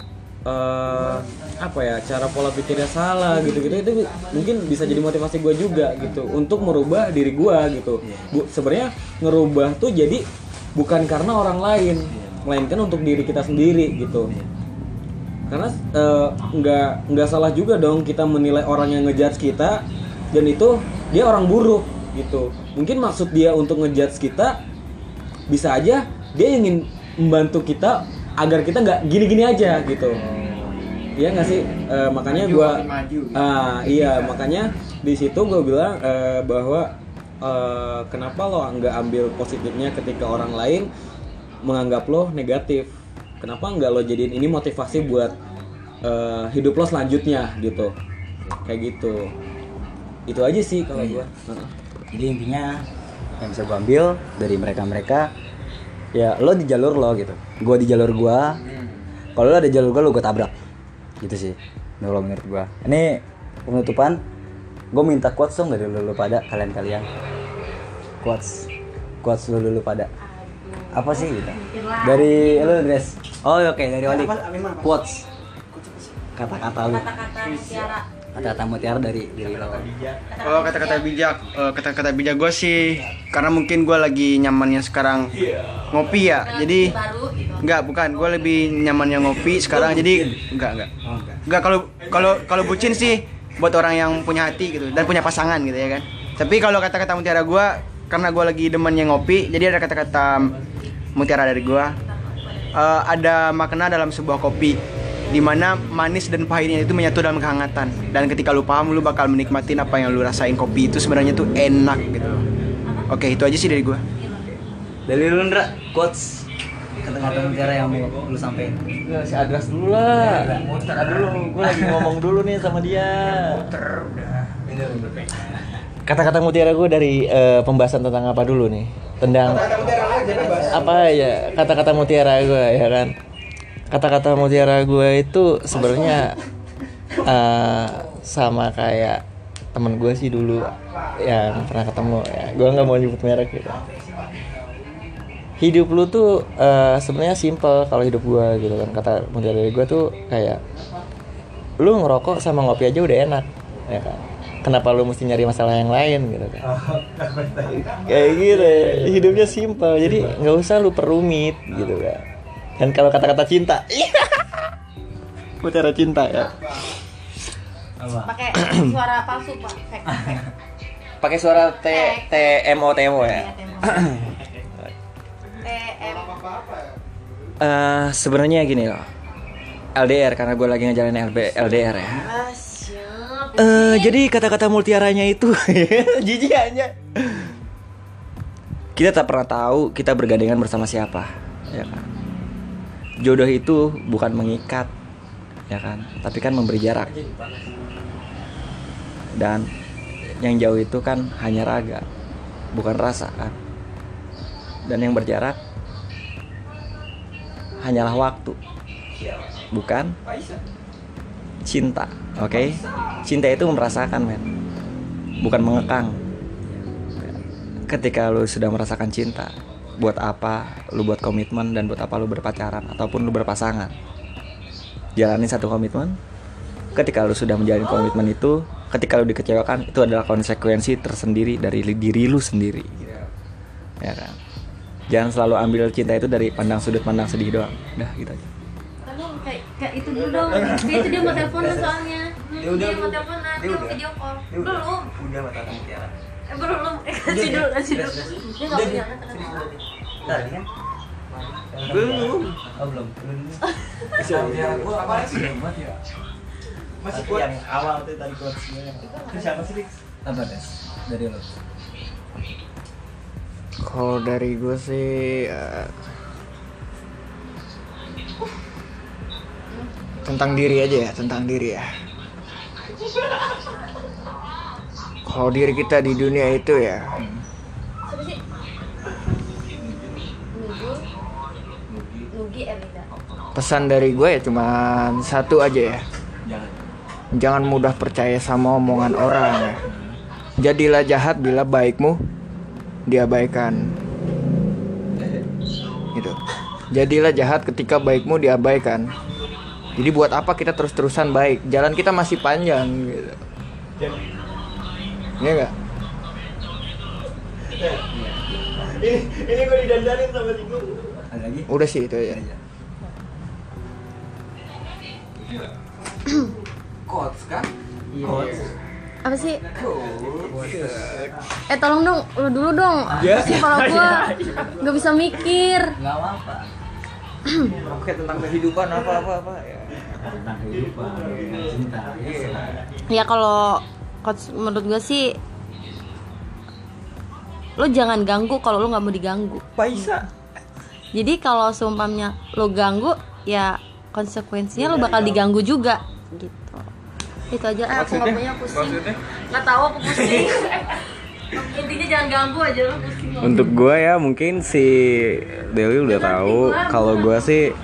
uh, apa ya, cara pola pikirnya salah gitu-gitu, itu mungkin bisa jadi motivasi gue juga gitu untuk merubah diri gue gitu. Bu, sebenarnya ngerubah tuh jadi bukan karena orang lain, melainkan untuk diri kita sendiri gitu. Karena uh, nggak nggak salah juga dong kita menilai orang yang ngejudge kita dan itu dia orang buruk gitu. Mungkin maksud dia untuk ngejudge kita, bisa aja dia ingin membantu kita agar kita nggak gini-gini aja gitu. Iya nggak sih? E, makanya gue, ah iya makanya di situ gue bilang e, bahwa e, kenapa lo nggak ambil positifnya ketika orang lain menganggap lo negatif? Kenapa nggak lo jadiin ini motivasi buat e, hidup lo selanjutnya gitu? Kayak gitu. Itu aja sih kalau gue. jadi intinya yang bisa gue ambil dari mereka-mereka ya, lo di jalur lo gitu, gue di jalur gue. Kalau lo ada jalur gue, lo gue tabrak gitu sih kalau menurut gue. Ini penutupan, gue minta quotes dong dari lo, lo pada kalian-kalian. Quotes quotes lo dulu pada apa sih gitu dari lo, Dres? Oh oke, okay. Dari Oli. Quotes, kata-kata lo, Kata-kata Tiara. kata-kata mutiara dari diri lo. Oh, kata-kata bijak, eh, kata-kata bijak gue sih karena mungkin gue lagi nyamannya sekarang ngopi ya, jadi Baru gitu. enggak, bukan, gue lebih nyamannya ngopi sekarang, jadi enggak enggak enggak kalau kalau kalau bucin sih buat orang yang punya hati gitu dan punya pasangan gitu ya kan. Tapi kalau kata-kata mutiara gue, karena gue lagi demennya ngopi, jadi ada kata-kata mutiara dari gue. Eh, ada makna dalam sebuah kopi, dimana manis dan pahitnya itu menyatu dalam kehangatan, dan ketika lu paham, lu bakal menikmatin apa yang lu rasain. Kopi itu sebenarnya tuh enak gitu. Oke, itu aja sih dari gue. Dari lu Ndra, quotes kata-kata mutiara yang mau lu sampein. Nggak, si Adras dulu lah. Muter dulu, gue lagi ngomong dulu nih sama dia. Muter udah. Ini lu. Kata-kata mutiara gue dari eh, pembahasan tentang apa dulu nih? Tentang apa ya? Kata-kata mutiara gue ya kan. Kata-kata mutiara gue itu sebenarnya eh, sama kayak temen gue sih dulu yang pernah ketemu ya. Gue nggak mau nyebut merek gitu. Hidup lu tuh uh, sebenarnya simple kalau hidup gua gitu kan. Kata mutiara dari gua tuh kayak lu ngerokok sama ngopi aja udah enak ya kan. Kenapa lu mesti nyari masalah yang lain gitu kan. Kayak gitu ya. Hidupnya simple. Jadi nggak usah lu perumit gitu kan. Dan kalau kata-kata cinta mutiara cinta ya. Pakai suara palsu, Pak. Fake, fake. Pakai suara T T M O T M O ya. T M Uh, sebenarnya gini loh, L D R karena gue lagi ngejalanin L D R ya. Ah, siap. Uh, jadi kata-kata mutiaranya itu jijik aja. Kita tak pernah tahu kita bergandengan bersama siapa, ya kan. Jodoh itu bukan mengikat, ya kan, tapi kan memberi jarak. Dan yang jauh itu kan hanya raga, bukan rasa kan. Dan yang berjarak hanyalah waktu, bukan cinta. Oke, okay? Cinta itu merasakan, men, bukan mengekang. Ketika lu sudah merasakan cinta, buat apa lu buat komitmen dan buat apa lu berpacaran ataupun lu berpasangan? Jalani satu komitmen. Ketika lu sudah menjalani komitmen itu, ketika lu dikecewakan, itu adalah konsekuensi tersendiri dari diri lu sendiri, ya kan? Jangan selalu ambil cinta itu dari pandang sudut pandang sedih doang. Udah gitu aja. Kamu kayak kayak itu dulu dong. Kayak itu dia mau telepon soalnya. Hmm, dia mau telepon nanti mau video call. Belum. Udah mata mutiara. Eh belum. Eh kasih dulu, kasih dulu. Dia enggak punya kata. Tadi kan? Belum. Oh, belum. Belum. Mutiara gua apa sih? ya. Masih Tapi kuat. yang awal tuh tadi quotesnya. Itu siapa sih, Rix? Apa, Des? Dari lo. Kalau dari gue sih uh, tentang diri aja ya, tentang diri ya. Kalau diri kita di dunia itu ya, Siapa sih? Nugi. Nugi Elida. pesan dari gue ya cuman satu aja ya. Jangan. Jangan mudah percaya sama omongan orang ya. Jadilah jahat bila baikmu diabaikan. Gitu. Jadilah jahat ketika baikmu diabaikan. Jadi buat apa kita terus-terusan baik? Jalan kita masih panjang gitu. Iya enggak? Ini ini gue didandanin sama si gue. Ada lagi? Udah sih itu ya. Quotes kan? Quotes. Apa sih? Eh tolong dong, lu dulu dong. Sih kalau gua nggak bisa mikir. Enggak apa-apa. Oke, tentang kehidupan apa-apa-apa ya. Tentang kehidupan, tentang cinta. Ya kalau coach menurut gua sih lo jangan ganggu kalau lo nggak mau diganggu. Paisa. Jadi kalau seumpamanya lo ganggu, ya konsekuensinya lo bakal diganggu juga, gitu. Itu aja. Eh, aku nggak punya pusing. Nggak tahu aku pusing. Intinya jangan ganggu aja lo pusing. Untuk gue ya mungkin si Deli udah tahu kalau gue sih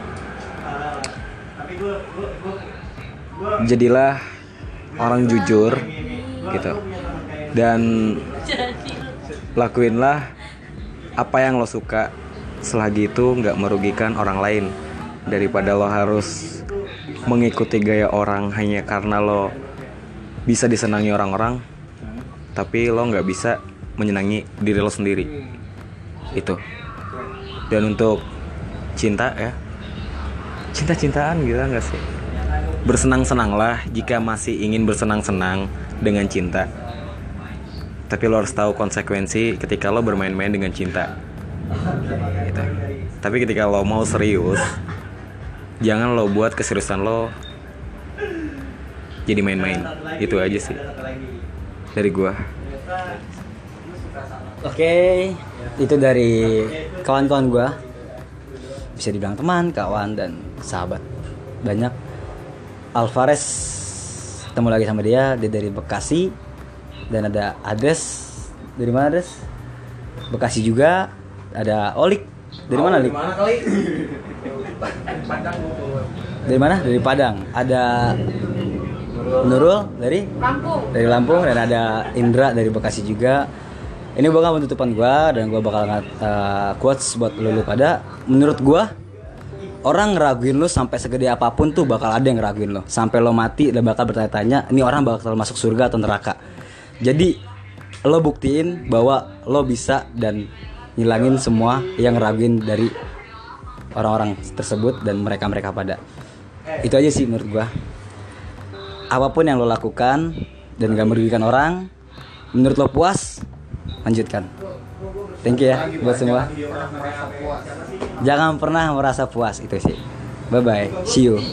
jadilah orang jujur gitu dan lakuinlah apa yang lo suka selagi itu nggak merugikan orang lain daripada lo harus mengikuti gaya orang hanya karena lo bisa disenangi orang-orang tapi lo nggak bisa menyenangi diri lo sendiri itu. Dan untuk cinta ya, cinta-cintaan gila nggak sih? Bersenang-senanglah jika masih ingin bersenang-senang dengan cinta, tapi lo harus tahu konsekuensi ketika lo bermain-main dengan cinta gitu. Tapi ketika lo mau serius, jangan lo buat keseriusan lo jadi main-main. Itu aja sih dari gua. Oke, itu dari kawan-kawan gua. Bisa dibilang teman, kawan dan sahabat. Banyak. Alvarez ketemu lagi sama dia, dia dari Bekasi. Dan ada Ades. Dari mana Ades? Bekasi juga. Ada Olik. Dari mana Lik? Dari mana? Dari Padang. Ada Nurul dari Lampung. dari Lampung dan ada Indra dari Bekasi juga. Ini bakal penutupan gua dan gua bakal ngat uh, quotes buat lu, lu pada. Menurut gua orang ngeraguin lu sampai segede apapun tuh bakal ada yang ngeraguin lo. Sampai lo mati udah bakal bertanya-tanya, ini orang bakal masuk surga atau neraka. Jadi lo buktiin bahwa lo bisa dan ngilangin semua yang ngeraguin dari orang-orang tersebut dan mereka-mereka pada. Itu aja sih menurut gua. Apapun yang lo lakukan dan gak merugikan orang, menurut lo puas, lanjutkan. Thank you ya buat semua. Jangan pernah merasa puas, itu sih. Bye bye, see you.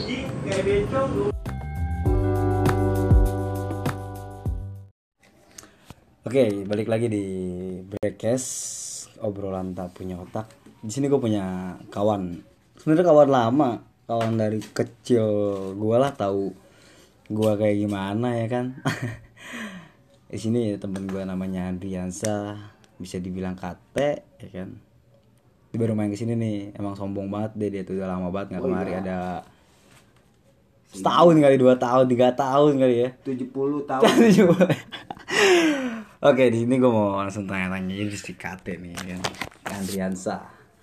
Oke, balik lagi di Breakcast, obrolan tak punya otak. Di sini gue punya kawan. Sebenarnya kawan lama, kawan dari kecil gue lah, tahu gue kayak gimana ya kan. Di sini temen gue namanya Andriansa, bisa dibilang K T ya kan. Dia baru main kesini nih, emang sombong banget deh, dia tuh udah lama banget nggak kemari, ada setahun kali, dua tahun, tiga tahun kali ya. tujuh puluh tahun. Oke, di sini gue mau langsung tanya-tanya jadi si K T nih kan, Andriansa.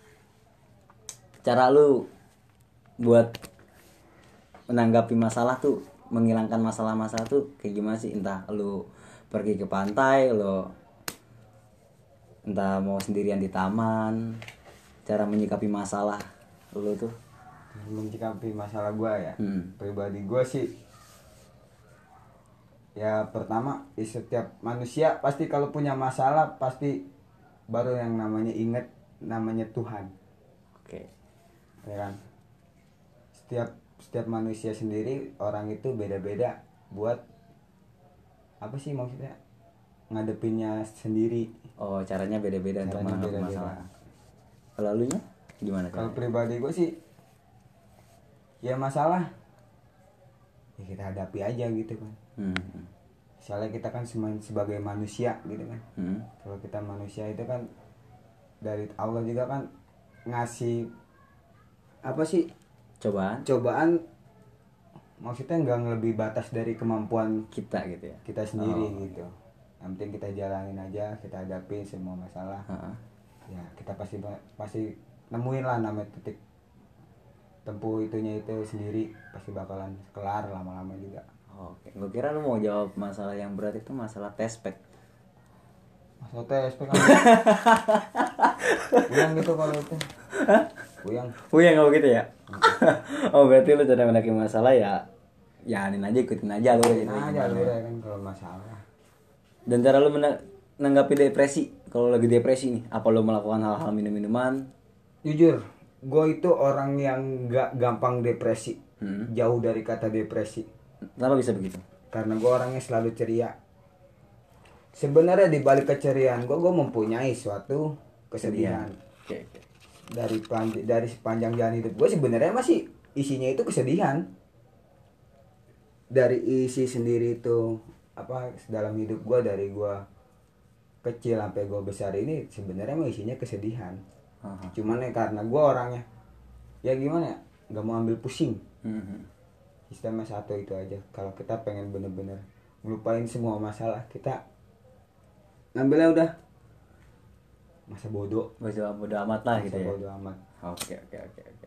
Cara lu buat menanggapi masalah tuh, menghilangkan masalah-masalah tuh kayak gimana sih? Entah lu pergi ke pantai, lo entah mau sendirian di taman, cara menyikapi masalah lu tuh. Menyikapi masalah gue ya, Hmm. pribadi gue sih ya pertama, di setiap manusia pasti kalau punya masalah pasti baru yang namanya inget namanya Tuhan. Oke. Ya kan? Setiap setiap manusia sendiri, orang itu beda-beda buat apa sih maksudnya, ngadepinnya sendiri. Oh, caranya beda-beda untuk Caranya menanggapi beda-beda. masalah. Kalau lu nya gimana? Kalau caranya? pribadi gue sih ya masalah ya kita hadapi aja gitu kan. Hmm. Misalnya kita kan sema- sebagai manusia gitu kan. Hmm. Kalau kita manusia itu kan dari Allah juga kan ngasih apa sih Cobaan cobaan, maksudnya nggak lebih batas dari kemampuan kita gitu ya. kita sendiri Oh. gitu. Yang penting kita jalanin aja, kita hadapi semua masalah. Heeh. Ya kita pasti pasti nemuin lah namanya titik tempuh itunya itu sendiri, pasti bakalan kelar lama-lama juga. Oke, gue kira lu mau jawab masalah yang berat itu masalah tespek. Masalah tes P K. Puyang gitu kalau itu. Puyang. Puyeng kalau gitu ya. Oh, berarti lu cara menanggapi masalah ya jalanin aja, ikutin aja lu. Nah, aja lu kan kalau masalah. Dan cara lu menang- menanggapi depresi, kalau lagi depresi nih, apa lu melakukan hal-hal minum-minuman? Jujur, gue itu orang yang gak gampang depresi. Hmm. Jauh dari kata depresi. Kenapa bisa begitu? Karena gue orangnya selalu ceria. Sebenarnya di balik keceriaan gue, gue mempunyai suatu kesedihan. Oke, oke. Dari panj- dari sepanjang jalan hidup gue sebenarnya masih isinya itu kesedihan. Dari isi sendiri itu apa dalam hidup gue, dari gue kecil sampai gue besar ini sebenarnya mah isinya kesedihan. Aha. Cuman ya karena gue orangnya ya gimana ya, nggak mau ambil pusing. Mhm. Sistemnya satu itu aja. Kalau kita pengen bener-bener ngelupain semua masalah, kita ngambilnya udah masa bodoh. Bodo bodo amat lah Masa gitu ya. bodoh amat. Oke, oke, oke, oke.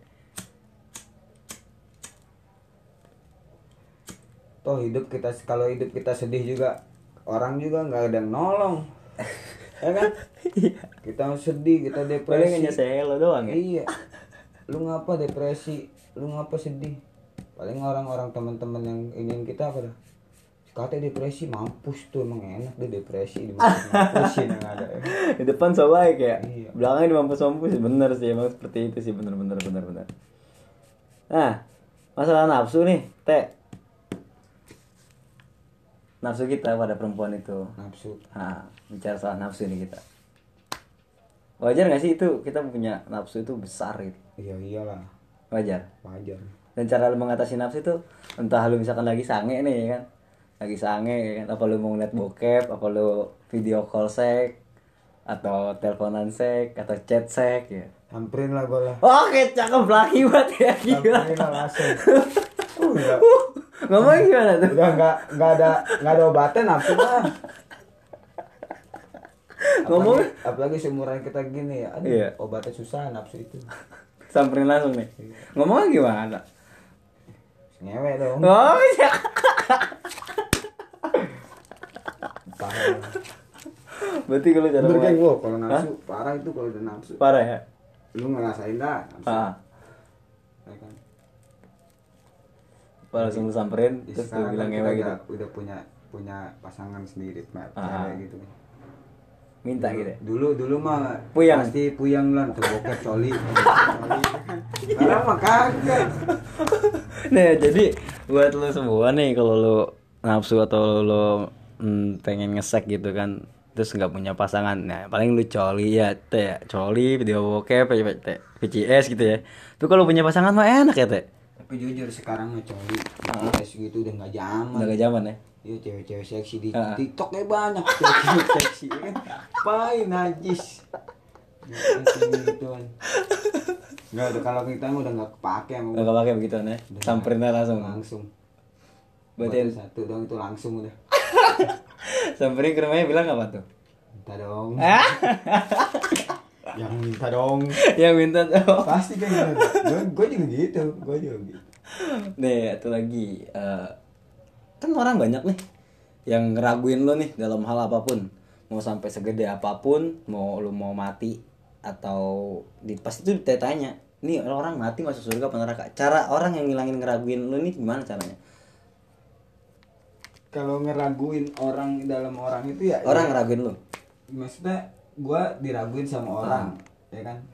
Toh hidup kita, kalau hidup kita sedih juga, orang juga nggak ada yang nolong. Ya kan? Kita sedih, kita Paling depresi. hanya saya lo doang ya. Iya. Lu ngapa depresi? Lu ngapa sedih? Paling orang-orang teman-teman yang ingin kita apa dah? Kata depresi, mampus tuh, emang enak deh depresi, dimampusin yang ada ya. Di depan so baik ya. Iya. Belakangnya dimampus-mampus, bener sih, emang seperti itu sih, bener bener bener bener. Nah, masalah nafsu nih, Teh. nafsu kita pada perempuan itu. Nafsu. Nah, bicara soal nafsu nih kita. Wajar gak sih itu kita punya nafsu itu besar gitu? Iya iyalah, Wajar. wajar. Dan cara lu mengatasi nafsu itu entah lu misalkan lagi sange nih ya kan. Lagi sange ya kan, apa lu mau ngeliat bokep, apa lu video call sek atau teleponan sek atau chat sek ya. Samperin lah gue lah. Oke, cakep lagi banget ya, gila. Samperin lah langsung. Udah, Ngomong gimana tuh? udah nggak nggak ada nggak ada obatnya nafsu lah. Ngomong Apalagi, apalagi seumuran kita gini ya, aduh, Iya. obatnya susah nafsu itu. samperin langsung nih. Ngomongnya gimana? Ngewe dong. Oh, iya. Parah. Berarti kalau cara Bener kan main- gua kalau nafsu parah itu kalau udah nafsu. parah ya? Lu ngerasain dah nafsu. Ah, Ya kan? apa langsung lu samperin Ya, terus lu sekarang bilang kan ngewe kita gitu. udah, udah punya punya pasangan sendiri, Mat. Ah. Cewek gitu. Minta Dulu- gitu ya. Dulu dulu mah Puyang. pasti puyang lah tuh bokep coli. Sekarang mah kagak. Nah, jadi buat lu semua nih kalau lu nafsu atau lu mm, pengen ngesek gitu kan, terus nggak punya pasangan, nah paling lu coli ya teh, ya. Coli video bokep ya teh, V C S gitu ya. Tuh kalau punya pasangan mah enak ya teh. Tapi jujur sekarang mah coli, B T S gitu udah nggak zaman. Udah gak zaman ya. Iya cewek-cewek seksi di Ah. TikTok ya banyak cewek seksi kan. Pain najis. Gitu kan. Enggak udah kalau kita mah udah nggak kepake sama Nggak pakai begitu ya. Udah Samperin aja langsung. langsung. Berarti Berarti satu dong itu langsung udah. samperin ke rumahnya bilang apa tuh? Minta dong. Ah, Yang minta dong. yang minta tuh. Pasti kan gitu. Gue juga gitu, gue juga gitu. Nih, itu lagi eh, kan orang banyak nih yang ngeraguin lo nih dalam hal apapun, mau sampai segede apapun, mau lu mau mati atau di pasti tuh ditanya, nih orang mati masuk surga apa neraka? Cara orang yang ngilangin ngeraguin lu nih gimana caranya? Kalau ngeraguin orang dalam orang itu ya Orang ya, ngeraguin lu. maksudnya gue diraguin sama orang, ya kan?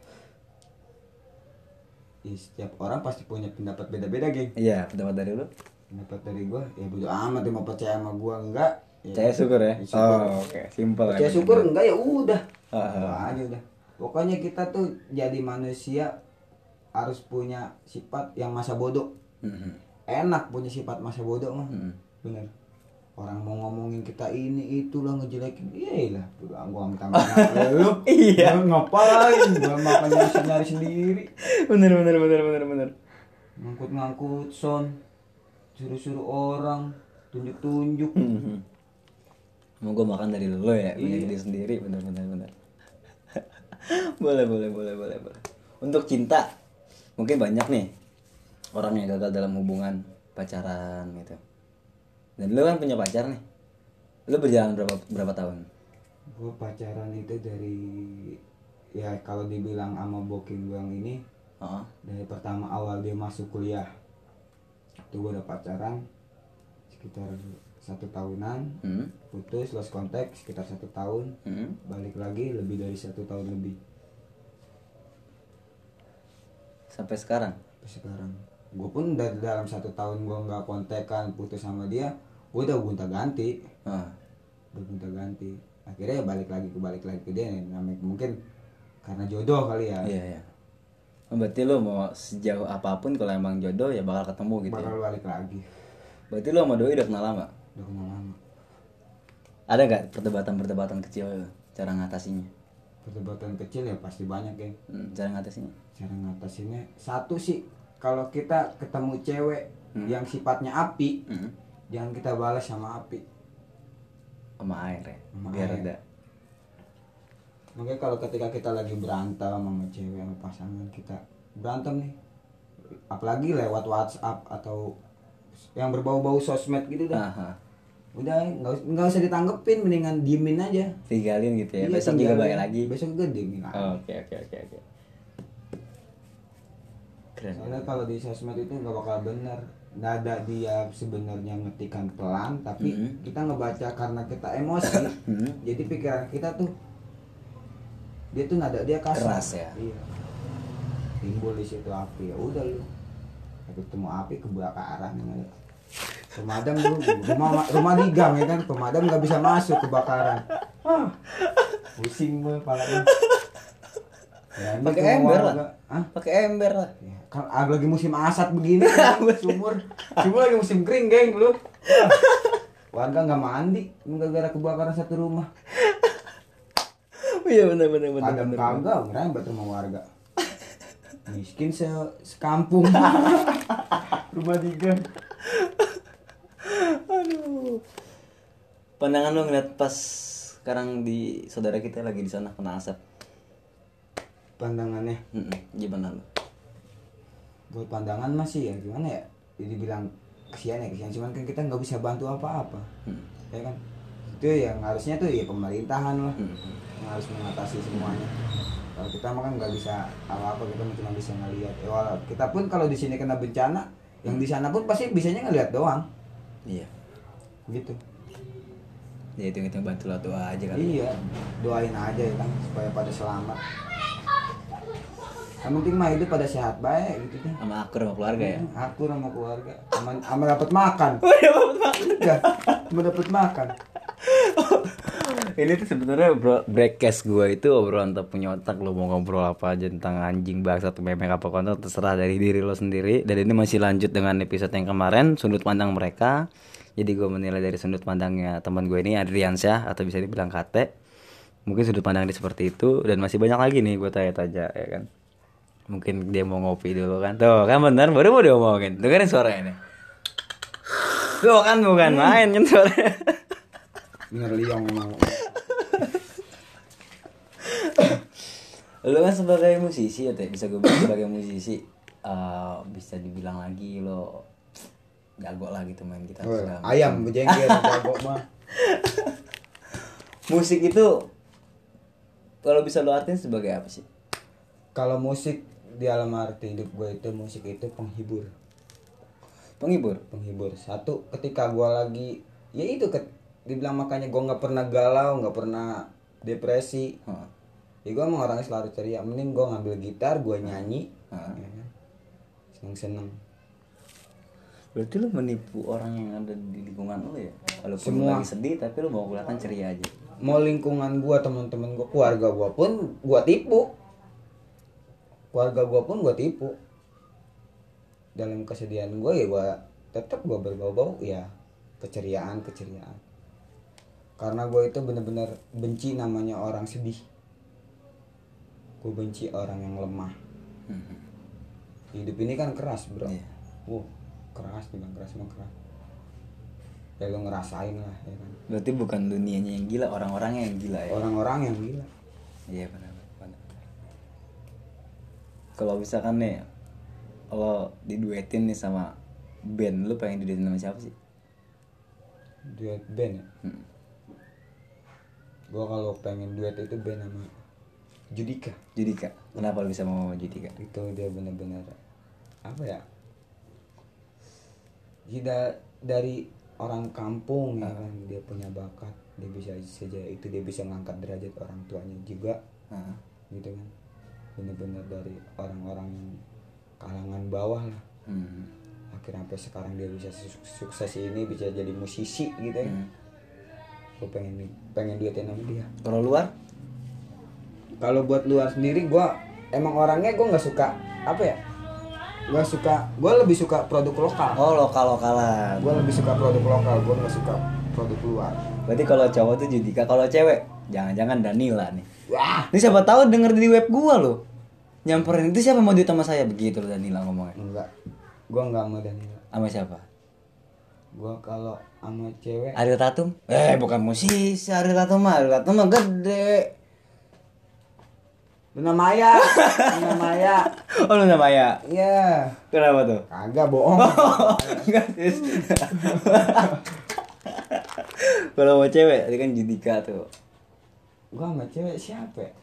Ya, setiap orang pasti punya pendapat beda-beda, geng. Iya, pendapat dari lu. Pendapat dari gue, ya bodo amat dia mau percaya sama gue enggak. Ya, Percaya syukur ya. syukur. Oh, oke, simpel. Percaya syukur enggak ya udah. Ah, Apa ah. aja udah. Pokoknya kita tuh jadi manusia harus punya sifat yang masa bodoh. Mhm. Enak punya sifat masa bodoh mah. Mhm. Bener. Orang mau ngomongin kita ini itulah ngejelekin, iya lah, gua minta lu, Iya. lu ngapain, gua makan nyari nyari sendiri, Bener bener bener bener bener. ngangkut ngangkut son, suruh suruh orang, tunjuk tunjuk, Mhm. Mau gue makan dari lo ya, punya Iya. diri sendiri, bener bener bener. boleh boleh boleh boleh boleh. Untuk cinta, mungkin banyak nih orang yang gagal dalam hubungan pacaran gitu. Dan lo kan punya pacar nih, lo berjalan berapa berapa tahun? gua pacaran itu dari, ya kalau dibilang sama booking gua yang ini, Oh, dari pertama awal dia masuk kuliah, itu gua udah pacaran sekitar satu tahunan, hmm, putus lost contact sekitar satu tahun. hmm. Balik lagi lebih dari satu tahun lebih Sampai sekarang. sampai sekarang. Gue pun dari dalam satu tahun gue nggak kontekan putus sama dia, gue udah gonta ganti, Oh, udah gonta ganti. Akhirnya ya balik lagi ke balik lagi ke dia, namanya mungkin karena jodoh kali ya. iya iya. Oh, berarti lo mau sejauh apapun kalau emang jodoh ya bakal ketemu gitu Bakal ya. balik lagi. Berarti lo sama doi udah kenal lama. Udah kenal lama. Ada nggak perdebatan-perdebatan kecil cara ngatasinya? Perdebatan kecil ya pasti banyak ya. Hmm, cara ngatasinya? Cara ngatasinnya satu sih, kalau kita ketemu cewek yang sifatnya api, Hmm. jangan kita balas sama api. Sama air ya, Sama biar air. ada. Makanya kalau ketika kita lagi berantem sama cewek sama pasangan kita berantem nih, apalagi lewat WhatsApp atau yang berbau-bau sosmed gitu dah, Aha. udah nggak us- nggak usah ditanggepin, mendingan diemin aja. Tinggalin gitu ya. Iya, Besok juga tinggalin. balik lagi. Besok juga diemin Oh, lagi. Oke oke oke oke. Keren. Soalnya kalau di sosmed itu nggak bakal bener. Nada dia sebenarnya ngetikan pelan, tapi Mhm. kita ngebaca karena kita emosi. Mhm. Jadi pikiran kita tuh, dia tuh nada dia kasar. Keras ya? Iya. Timbul di situ api, ya udah lu ketemu api kebakaran yang ada. Pemadam dulu, rumah rumah di gang ya kan, pemadam nggak bisa masuk kebakaran. Ah, pusing gue palanya. Ya, ini Pakai semua ember warga. lah. Hah? Pakai ember lah. Ya, kan ah, lagi musim asat begini, kan, sumur, sumur lagi musim kering geng lu. Ah, warga nggak mandi, gara-gara kebakaran satu rumah. Iya benar benar benar. Padam kagak, ngerembet rumah warga. Miskin se sekampung. Rumah tiga. Aduh. Pandangan lu ngeliat pas sekarang di saudara kita lagi di sana kena asap. Pandangannya Mm-mm. Gimana lu? buat pandangan masih ya gimana ya? Jadi bilang kesian ya kesian, cuman kan kita nggak bisa bantu apa-apa. Hmm. Ya kan? Itu yang harusnya tuh ya pemerintahan lah. Hmm. Yang harus mengatasi semuanya. Kalau kita mah kan nggak bisa apa-apa, kita cuma bisa ngelihat. Ya, walau kita pun kalau di sini kena bencana, yang di sana pun pasti bisanya ngelihat doang. Iya. Gitu. Ya itu kita bantu lah doa aja kali. Iya, doain aja ya kan supaya pada selamat. Yang penting mah hidup pada sehat baik gitu kan. Sama akur sama keluarga ya. Hmm, aku sama keluarga, sama sama dapat makan. Oh, ya dapat makan. Enggak, mau dapat makan. Ini tuh sebenarnya bro, breakcast gue itu obrolan tak punya otak, lo mau ngobrol apa aja tentang anjing bangsa atau memek apa konten terserah dari diri lo sendiri. Dan ini masih lanjut dengan episode yang kemarin, sudut pandang mereka. Jadi gue menilai dari sudut pandangnya teman gue ini Adriansyah atau bisa dibilang Kate. Mungkin sudut pandang dia seperti itu dan masih banyak lagi nih gue tanya-tanya ya kan. Mungkin dia mau ngopi dulu kan. Tuh kan bener baru mau diomongin. Dengerin suaranya nih. Tuh kan bukan main kan suaranya. Bener liong emang. Lo kan sebagai musisi ya teh, bisa gue bilang sebagai musisi uh, bisa dibilang lagi lo jago lah gitu main gitar. Oh, segala macam. ayam bejengkel jago mah. Musik itu kalau bisa lo artiin sebagai apa sih? Kalau musik di alam arti hidup gue itu musik itu penghibur. Penghibur. Penghibur. Satu ketika gue lagi ya itu ke, dibilang makanya gue nggak pernah galau, nggak pernah depresi. Huh. Ya gue emang orangnya selalu ceria. Mending gue ngambil gitar, gue nyanyi, Huh. ya kan? Seneng-seneng. Berarti lo menipu orang yang ada di lingkungan lo ya? Walaupun Semua. lo lagi sedih tapi lo mau kelihatan ceria aja. Mau lingkungan gue, teman-teman gue, keluarga gue pun gue tipu. Keluarga gue pun gue tipu. Dalam kesedihan gue ya gue tetap gue berbau-bau ya keceriaan keceriaan. Karena gue itu benar-benar benci namanya orang sedih. Gue benci orang yang lemah. Hmm. Hidup ini kan keras bro. Iya. Wow, keras bilang keras mah keras. Ya lo ngerasain lah ya kan. Berarti bukan dunianya yang gila, orang-orangnya yang gila ya. Orang-orang yang gila. Iya benar benar. Kalau misalkan nih kalau diduetin nih sama band, lu pengen diduetin sama siapa sih? Duet band ya. Hmm. Gue kalau pengen duet itu band sama Judika. Judika. Kenapa lu bisa mau Judika? Itu dia benar-benar apa ya? Tidak dari orang kampung ya kan, dia punya bakat, dia bisa saja itu dia bisa ngangkat derajat orang tuanya juga. Heeh. Gitu kan. Benar-benar dari orang-orang yang kalangan bawah lah. Hmm. Akhirnya sampai sekarang dia bisa sukses ini, bisa jadi musisi gitu ya. Hmm. Gue pengen pengen duetin sama dia. Kalau luar? Kalau buat luar sendiri gue emang orangnya gue nggak suka apa ya, nggak suka, gue lebih suka produk lokal. Oh, lokal-lokalan. Gue lebih suka produk lokal, gue nggak suka produk luar. Berarti kalau cowok tuh Judika, kalau cewek jangan-jangan Danila nih. Wah, Ini siapa tahu denger di web gua loh. Nyamperin itu siapa mau duit sama saya begitu loh Danila ngomongnya. enggak, gue nggak mau Danila. Sama siapa? Gue kalau sama cewek Ariel Tatum? Eh, bukan musisi Ariel Tatum mah. Ariel Tatum mah gede. Luna Maya, Luna Maya. Oh, Luna Maya. Iya. Kenapa tuh? Kagak bohong. Enggak sih. Kalau mau cewek, tadi kan Judika tuh. Gue sama cewek siapa ya?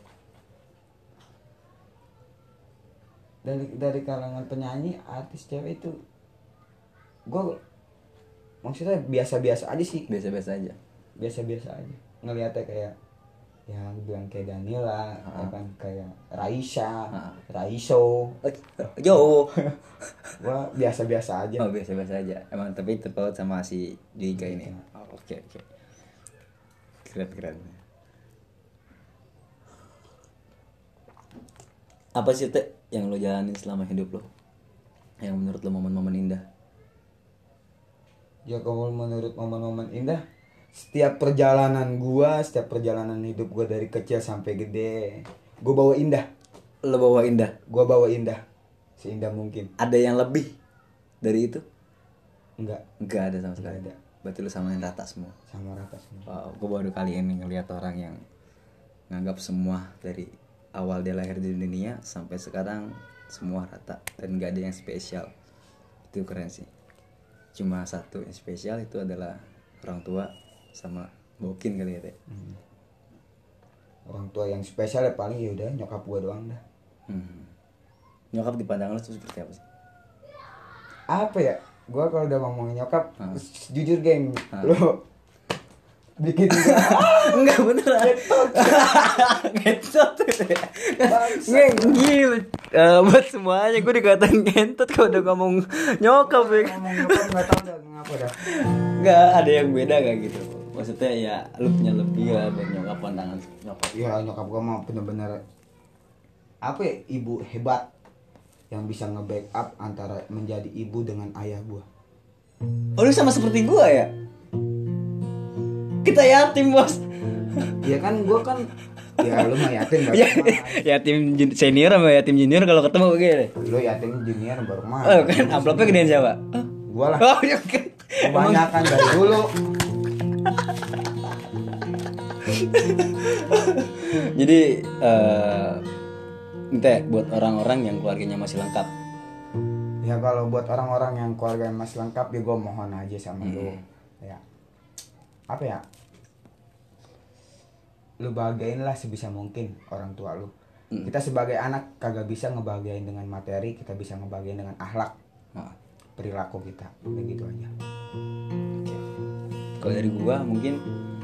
Dari dari kalangan penyanyi, artis cewek itu, gue maksudnya biasa-biasa aja sih, Biasa-biasa aja. biasa-biasa aja. Ngeliatnya kayak Ya bilang kayak Danila, Ah. ya kan kayak Raisa, Ah. Raiso. Yo. Gua biasa-biasa aja. Oh biasa-biasa aja. Emang tapi terpaut sama si Diga ini. Oh, oke oke. Keren keren. Apa sih teh yang lo jalanin selama hidup lo? Yang menurut lo momen-momen indah? Ya kalau menurut momen-momen indah, setiap perjalanan gua, setiap perjalanan hidup gua dari kecil sampai gede, gua bawa indah. Lo bawa indah. Gua bawa indah, seindah mungkin. Ada yang lebih dari itu? Enggak, Enggak ada sama sekali. Nggak ada. Berarti lo samain rata semua. sama rata semua. Wow, gue baru kali ini ngelihat orang yang nganggap semua dari awal dia lahir di dunia sampai sekarang semua rata dan gak ada yang spesial. Itu keren sih. Cuma satu yang spesial itu adalah orang tua sama bokin kali ya teh. Orang tua yang spesial ya paling ya udah nyokap gua doang dah. Hmm. Nyokap di pandangan lo tuh seperti apa sih? Apa ya? Gua kalau udah ngomongin nyokap, Ah. jujur geng, Ah. lu bikin gua Enggak beneran. Ngentot. Nggak gila. Eh, buat semuanya gue dikatain ngentot kalau udah ngomong nyokap ya. ngomong nyokap nggak tahu dah ngapa dah. Enggak ada yang beda kayak gitu. Maksudnya ya lu punya lebih lah buat nyokap pandangan nyokap. Ya nyokap gua mah bener-bener apa ya, ibu hebat yang bisa nge-backup antara menjadi ibu dengan ayah gua. Oh lu sama seperti gua ya? Kita yatim bos. Ya kan gua kan ya lu mah yatim baru Ya, main. yatim jun- senior sama yatim junior kalau ketemu begini. Lu yatim junior baru main. Oh kan amplopnya gedean siapa? Gua lah. Oh ya kan. Kebanyakan dari dulu. Jadi eh ente buat orang-orang yang keluarganya masih lengkap. Ya kalau buat orang-orang yang keluarga yang masih lengkap ya gua mohon aja sama lu. Ya. Apa ya? Lu bahagiain lah sebisa mungkin orang tua lu. Kita sebagai anak kagak bisa ngebahagiain dengan materi, kita bisa ngebahagiain dengan akhlak, Nah, perilaku kita. Begitu aja. oke. Kalau dari gua mungkin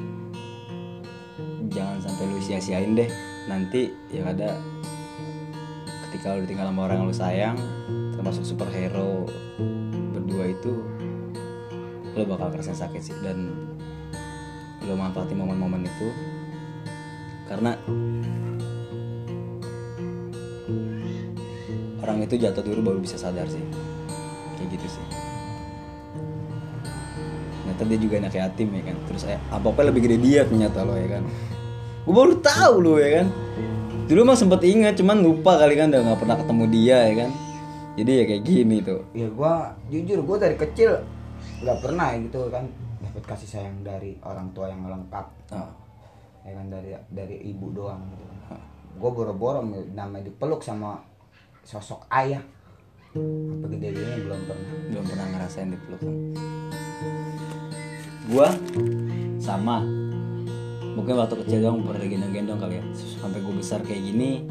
jangan sampai lu sia-siain deh. Nanti yang ada ketika lu ditinggal sama orang yang lu sayang, termasuk superhero berdua itu, lu bakal ngerasain sakit sih. Dan lu manfaatin momen-momen itu karena orang itu jatuh dulu baru bisa sadar sih, kayak gitu sih. Ternyata dia juga anak yatim ya kan. Terus eh, apa-apa lebih gede dia ternyata lo ya kan. Gue baru tahu lo ya kan. Dulu emang sempet ingat cuman lupa kali kan, udah nggak pernah ketemu dia ya kan. Jadi ya kayak gini tuh. Ya gua jujur gua dari kecil nggak pernah gitu kan dapat kasih sayang dari orang tua yang lengkap. Oh. Ya kan dari dari ibu doang gitu. Gue boro-boro namanya dipeluk sama sosok ayah. Apa gede-gedenya belum pernah. Belum pernah ngerasain dipeluk. Gua sama. Mungkin waktu kecil doang pernah gendong-gendong kali ya. Sampai gue besar kayak gini.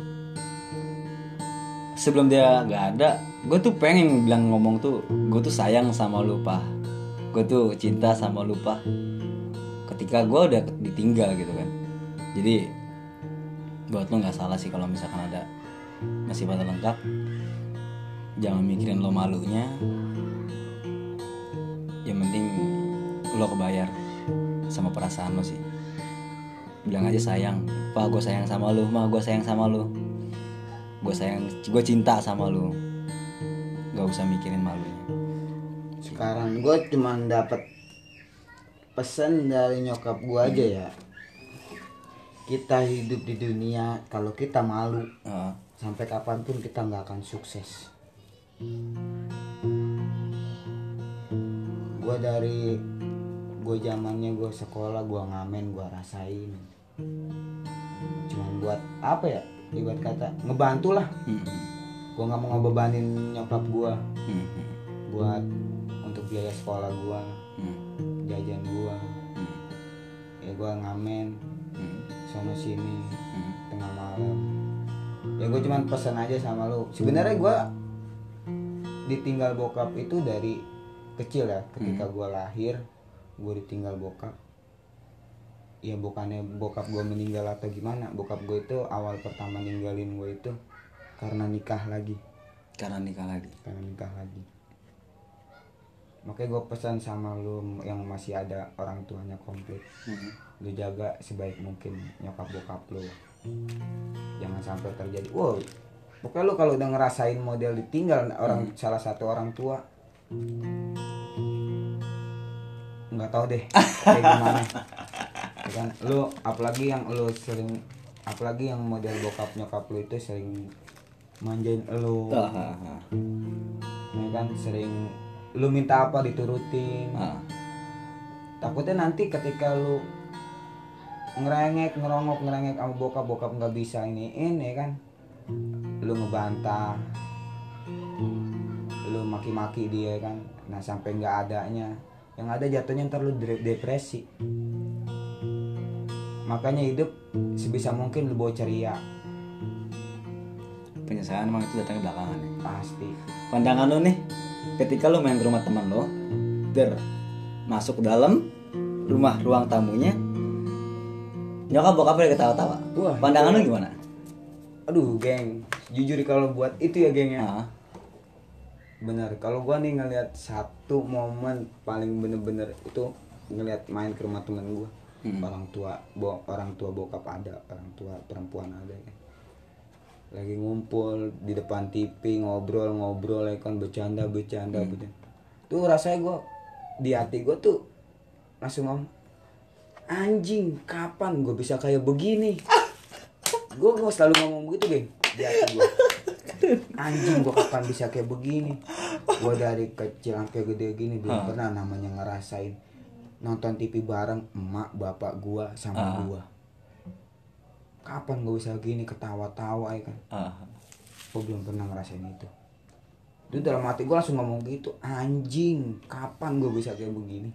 Sebelum dia nggak ada, gue tuh pengen bilang ngomong tuh, gue tuh sayang sama lu pa. Gue tuh cinta sama lu pa. Ketika gue udah ditinggal gitu kan. Jadi buat lo nggak salah sih kalau misalkan ada masih pada lengkap. Jangan mikirin lo malunya. Yang penting lo kebayar sama perasaan lo sih. Bilang aja sayang, pa gue sayang sama lu, ma gue sayang sama lu, gue sayang, gue cinta sama lu. Gak usah mikirin malunya. Sekarang gue cuma dapat pesan dari nyokap gue aja ya. Kita hidup di dunia, kalau kita malu Uh, sampai kapanpun kita nggak akan sukses. Gue dari gue zamannya gue sekolah gue ngamen gue rasain. Cuman buat apa ya? Ibarat kata ngebantu lah. hmm, Gue nggak mau ngebebanin nyokap gue hmm, buat untuk biaya sekolah gue, hmm, jajan gue. hmm, Ya gue ngamen hmm, sono sini hmm. tengah malam. Ya gue cuman pesan aja sama lu. Sebenarnya gue ditinggal bokap itu dari kecil ya. Ketika gue lahir gue ditinggal bokap. ya bukannya bokap gue meninggal atau gimana, bokap gue itu awal pertama ninggalin gue itu karena nikah lagi Karena nikah lagi. karena nikah lagi. Makanya gue pesan sama lu yang masih ada orang tuanya komplit, Hmm. lu jaga sebaik mungkin nyokap bokap lu, jangan sampai terjadi wow. Pokoknya lu kalau udah ngerasain model ditinggal orang salah satu orang tua, nggak tahu deh kayak gimana. Ya kan lu apalagi yang lu sering, apalagi yang model bokap nyokap lu itu sering manjain lu, Ah, ah, ah. ya kan sering lu minta apa diturutin. Ah. Takutnya nanti ketika lu ngerengek ngerongok ngerengek sama bokap, bokap nggak bisa iniin ya kan, lu ngebantah, lu maki-maki dia kan, nah sampai nggak adanya, yang ada jatuhnya ntar lu de- depresi. Makanya hidup sebisa mungkin lu bawa ceria Penyesalan emang itu datangnya belakangan ya. pasti. Pandangan lo nih, ketika lo main ke rumah teman lo, der masuk ke dalam rumah ruang tamunya, nyokap bokapnya ketawa-tawa. Wah, Pandangan lo itu- gimana? Aduh geng, jujur kalau buat itu ya geng ya, Ah, bener. Kalau gua nih ngelihat satu momen paling bener-bener itu ngelihat main ke rumah temen gua, Hmm. orang tua bo orang tua bokap ada, orang tua perempuan ada ya. Lagi ngumpul di depan T V ngobrol-ngobrol ya kan, bercanda-bercanda Hmm. bercanda. Tuh rasanya gua di hati gua tuh langsung ngomong, anjing kapan gua bisa kayak begini. Gue gue selalu ngomong begitu geng di hati gue, anjing gue kapan bisa kayak begini. Gue dari kecil sampai gede gini belum pernah namanya ngerasain nonton T V bareng emak bapak gue sama Ah. gue. Kapan gue bisa gini ketawa-tawa ya kan. ah. Gue belum pernah ngerasain itu. Itu dalam hati gue langsung ngomong gitu, anjing kapan gue bisa kayak begini.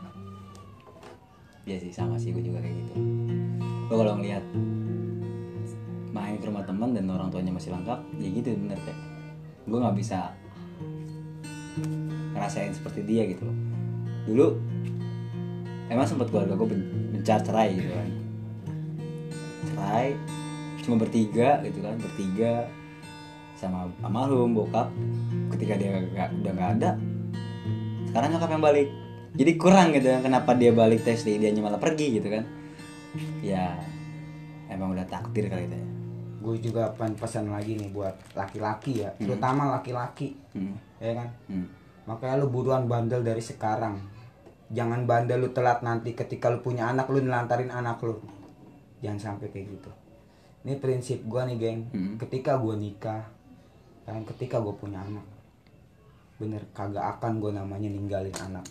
Iya sih, sama sih gue juga kayak gitu. Gue kalau ngeliat main ke rumah teman dan orang tuanya masih lengkap, ya gitu bener deh. Gue nggak bisa ngerasain seperti dia gitu loh. Dulu emang sempat keluarga gue bencar cerai gitu kan. Cerai cuma bertiga gitu kan, bertiga sama almarhum bokap. Ketika dia gak, udah nggak ada, sekarang nyokap yang balik. Jadi kurang gitu kan, kenapa dia balik tes dia malah pergi gitu kan. Ya emang udah takdir kali itu ya. Gue juga pengen pesan lagi nih buat laki-laki ya, terutama laki-laki, Hmm. ya kan. Hmm. Makanya lu buruan bandel dari sekarang. Jangan bandel lu telat nanti ketika lu punya anak lu nelantarin anak lu. Jangan sampai kayak gitu. Ini prinsip gua nih, geng. Hmm. Ketika gua nikah dan ketika gua punya anak, bener kagak akan gua namanya ninggalin anak.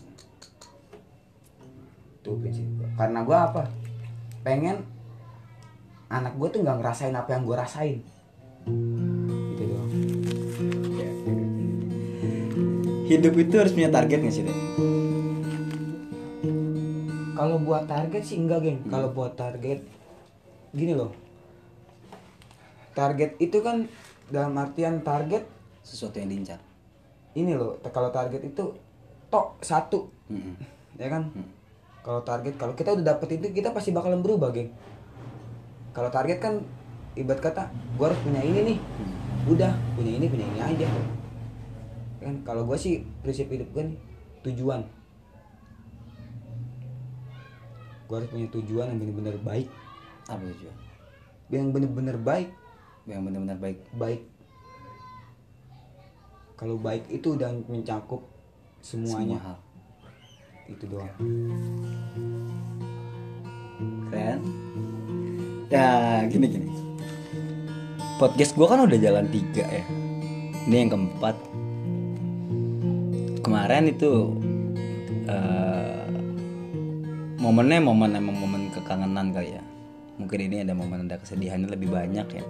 Itu prinsip gua. Karena gua apa? Pengen anak gua tuh nggak ngerasain apa yang gua rasain. Gitu doang. Hidup itu harus punya target nggak sih deh? Kalau buat target sih enggak, geng. Kalau buat target gini loh. Target itu kan dalam artian target Sesuatu yang diincar. ini loh. Kalau target itu tok satu, Hmm. ya kan? Kalau target, kalau kita udah dapet itu kita pasti bakalan berubah, geng. Kalau target kan ibarat kata gua harus punya ini nih. Udah, punya ini, punya ini aja. Kan kalau gua sih prinsip hidup gua nih tujuan. Gua harus punya tujuan yang benar-benar baik, Apa tujuan? yang benar-benar baik, Yang benar-benar baik. baik. Kalau baik itu udah mencakup semuanya. Semua hal. Itu doang. Keren. Ya gini gini. Podcast gue kan udah jalan tiga ya. Ini yang keempat. Kemarin itu eh, momennya momen emang momen kekangenan kali ya. Mungkin ini ada momen ada kesedihannya lebih banyak ya.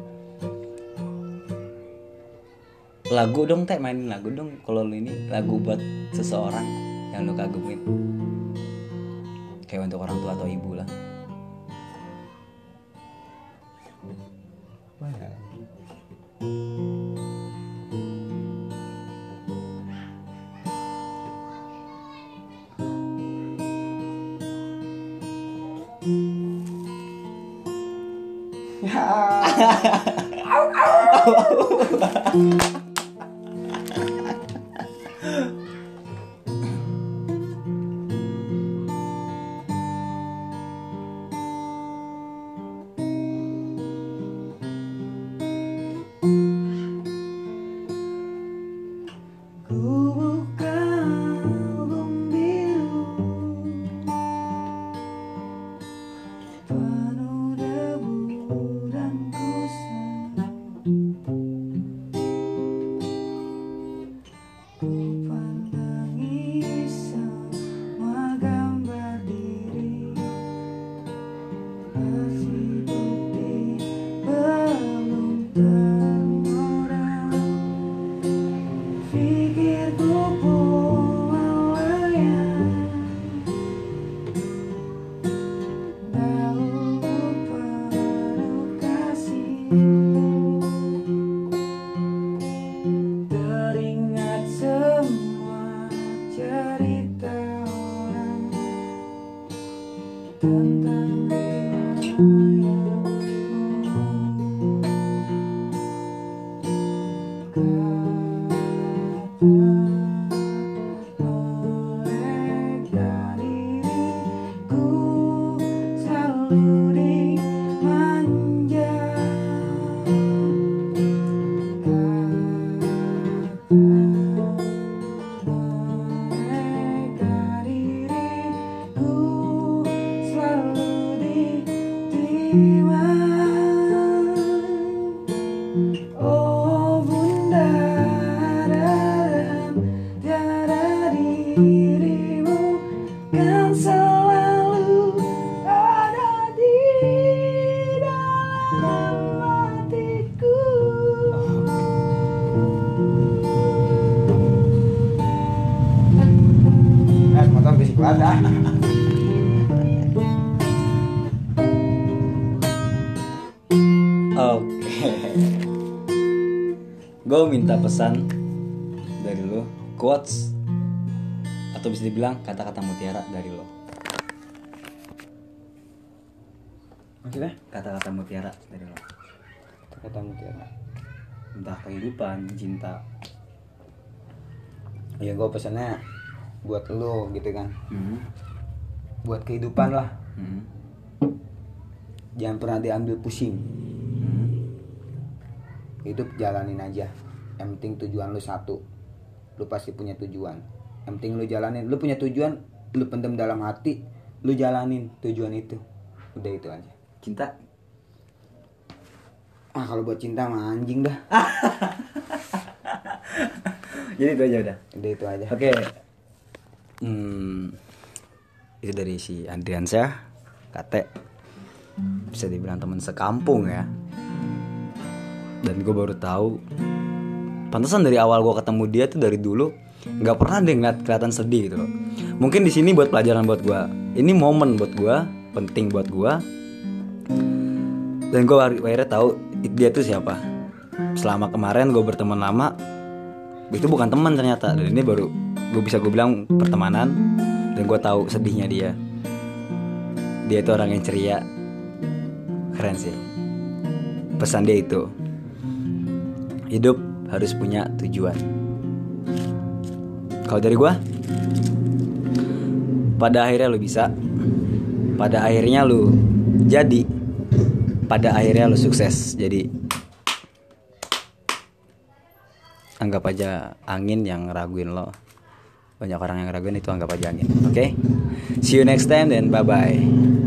Lagu dong teh, mainin lagu dong. Kalau lu ini lagu buat seseorang yang lu kagumin. Kayak untuk orang tua atau ibu lah. Gue minta pesan dari lo, quotes atau bisa dibilang kata-kata mutiara dari lo. Maksudnya? Kata-kata mutiara dari lo. Kata mutiara. Entah kehidupan, cinta. Ya gue pesannya buat lo gitu kan. Hmm. Buat kehidupan lah. Hmm. Jangan pernah diambil pusing. Hmm. Hidup jalanin aja. Yang penting tujuan lu satu. Lu pasti punya tujuan. Yang penting lu jalanin. Lu punya tujuan, lu pendam dalam hati, lu jalanin tujuan itu. Udah itu aja. Cinta? Ah kalau buat cinta mah anjing dah. Jadi itu aja udah. Udah itu aja. Oke. Okay. Hmm, itu dari si Andriansyah, Kate. Bisa dibilang teman sekampung ya. Dan gue baru tahu, pantesan dari awal gue ketemu dia tuh dari dulu nggak pernah deh ngeliat kelihatan sedih gitu loh. Mungkin di sini buat pelajaran buat gue. Ini momen buat gue, penting buat gue. Dan gue akhirnya tahu dia tuh siapa. Selama kemarin gue berteman lama, itu bukan teman ternyata. Dan ini baru gue bisa gue bilang pertemanan. Dan gue tahu sedihnya dia. Dia itu orang yang ceria, keren sih. Pesan dia itu, hidup harus punya tujuan. Kalau dari gue, pada akhirnya lu bisa, pada akhirnya lu jadi, pada akhirnya lu sukses. Jadi anggap aja angin yang raguin lo. Banyak orang yang raguin, itu anggap aja angin. Oke, okay? See you next time dan bye bye.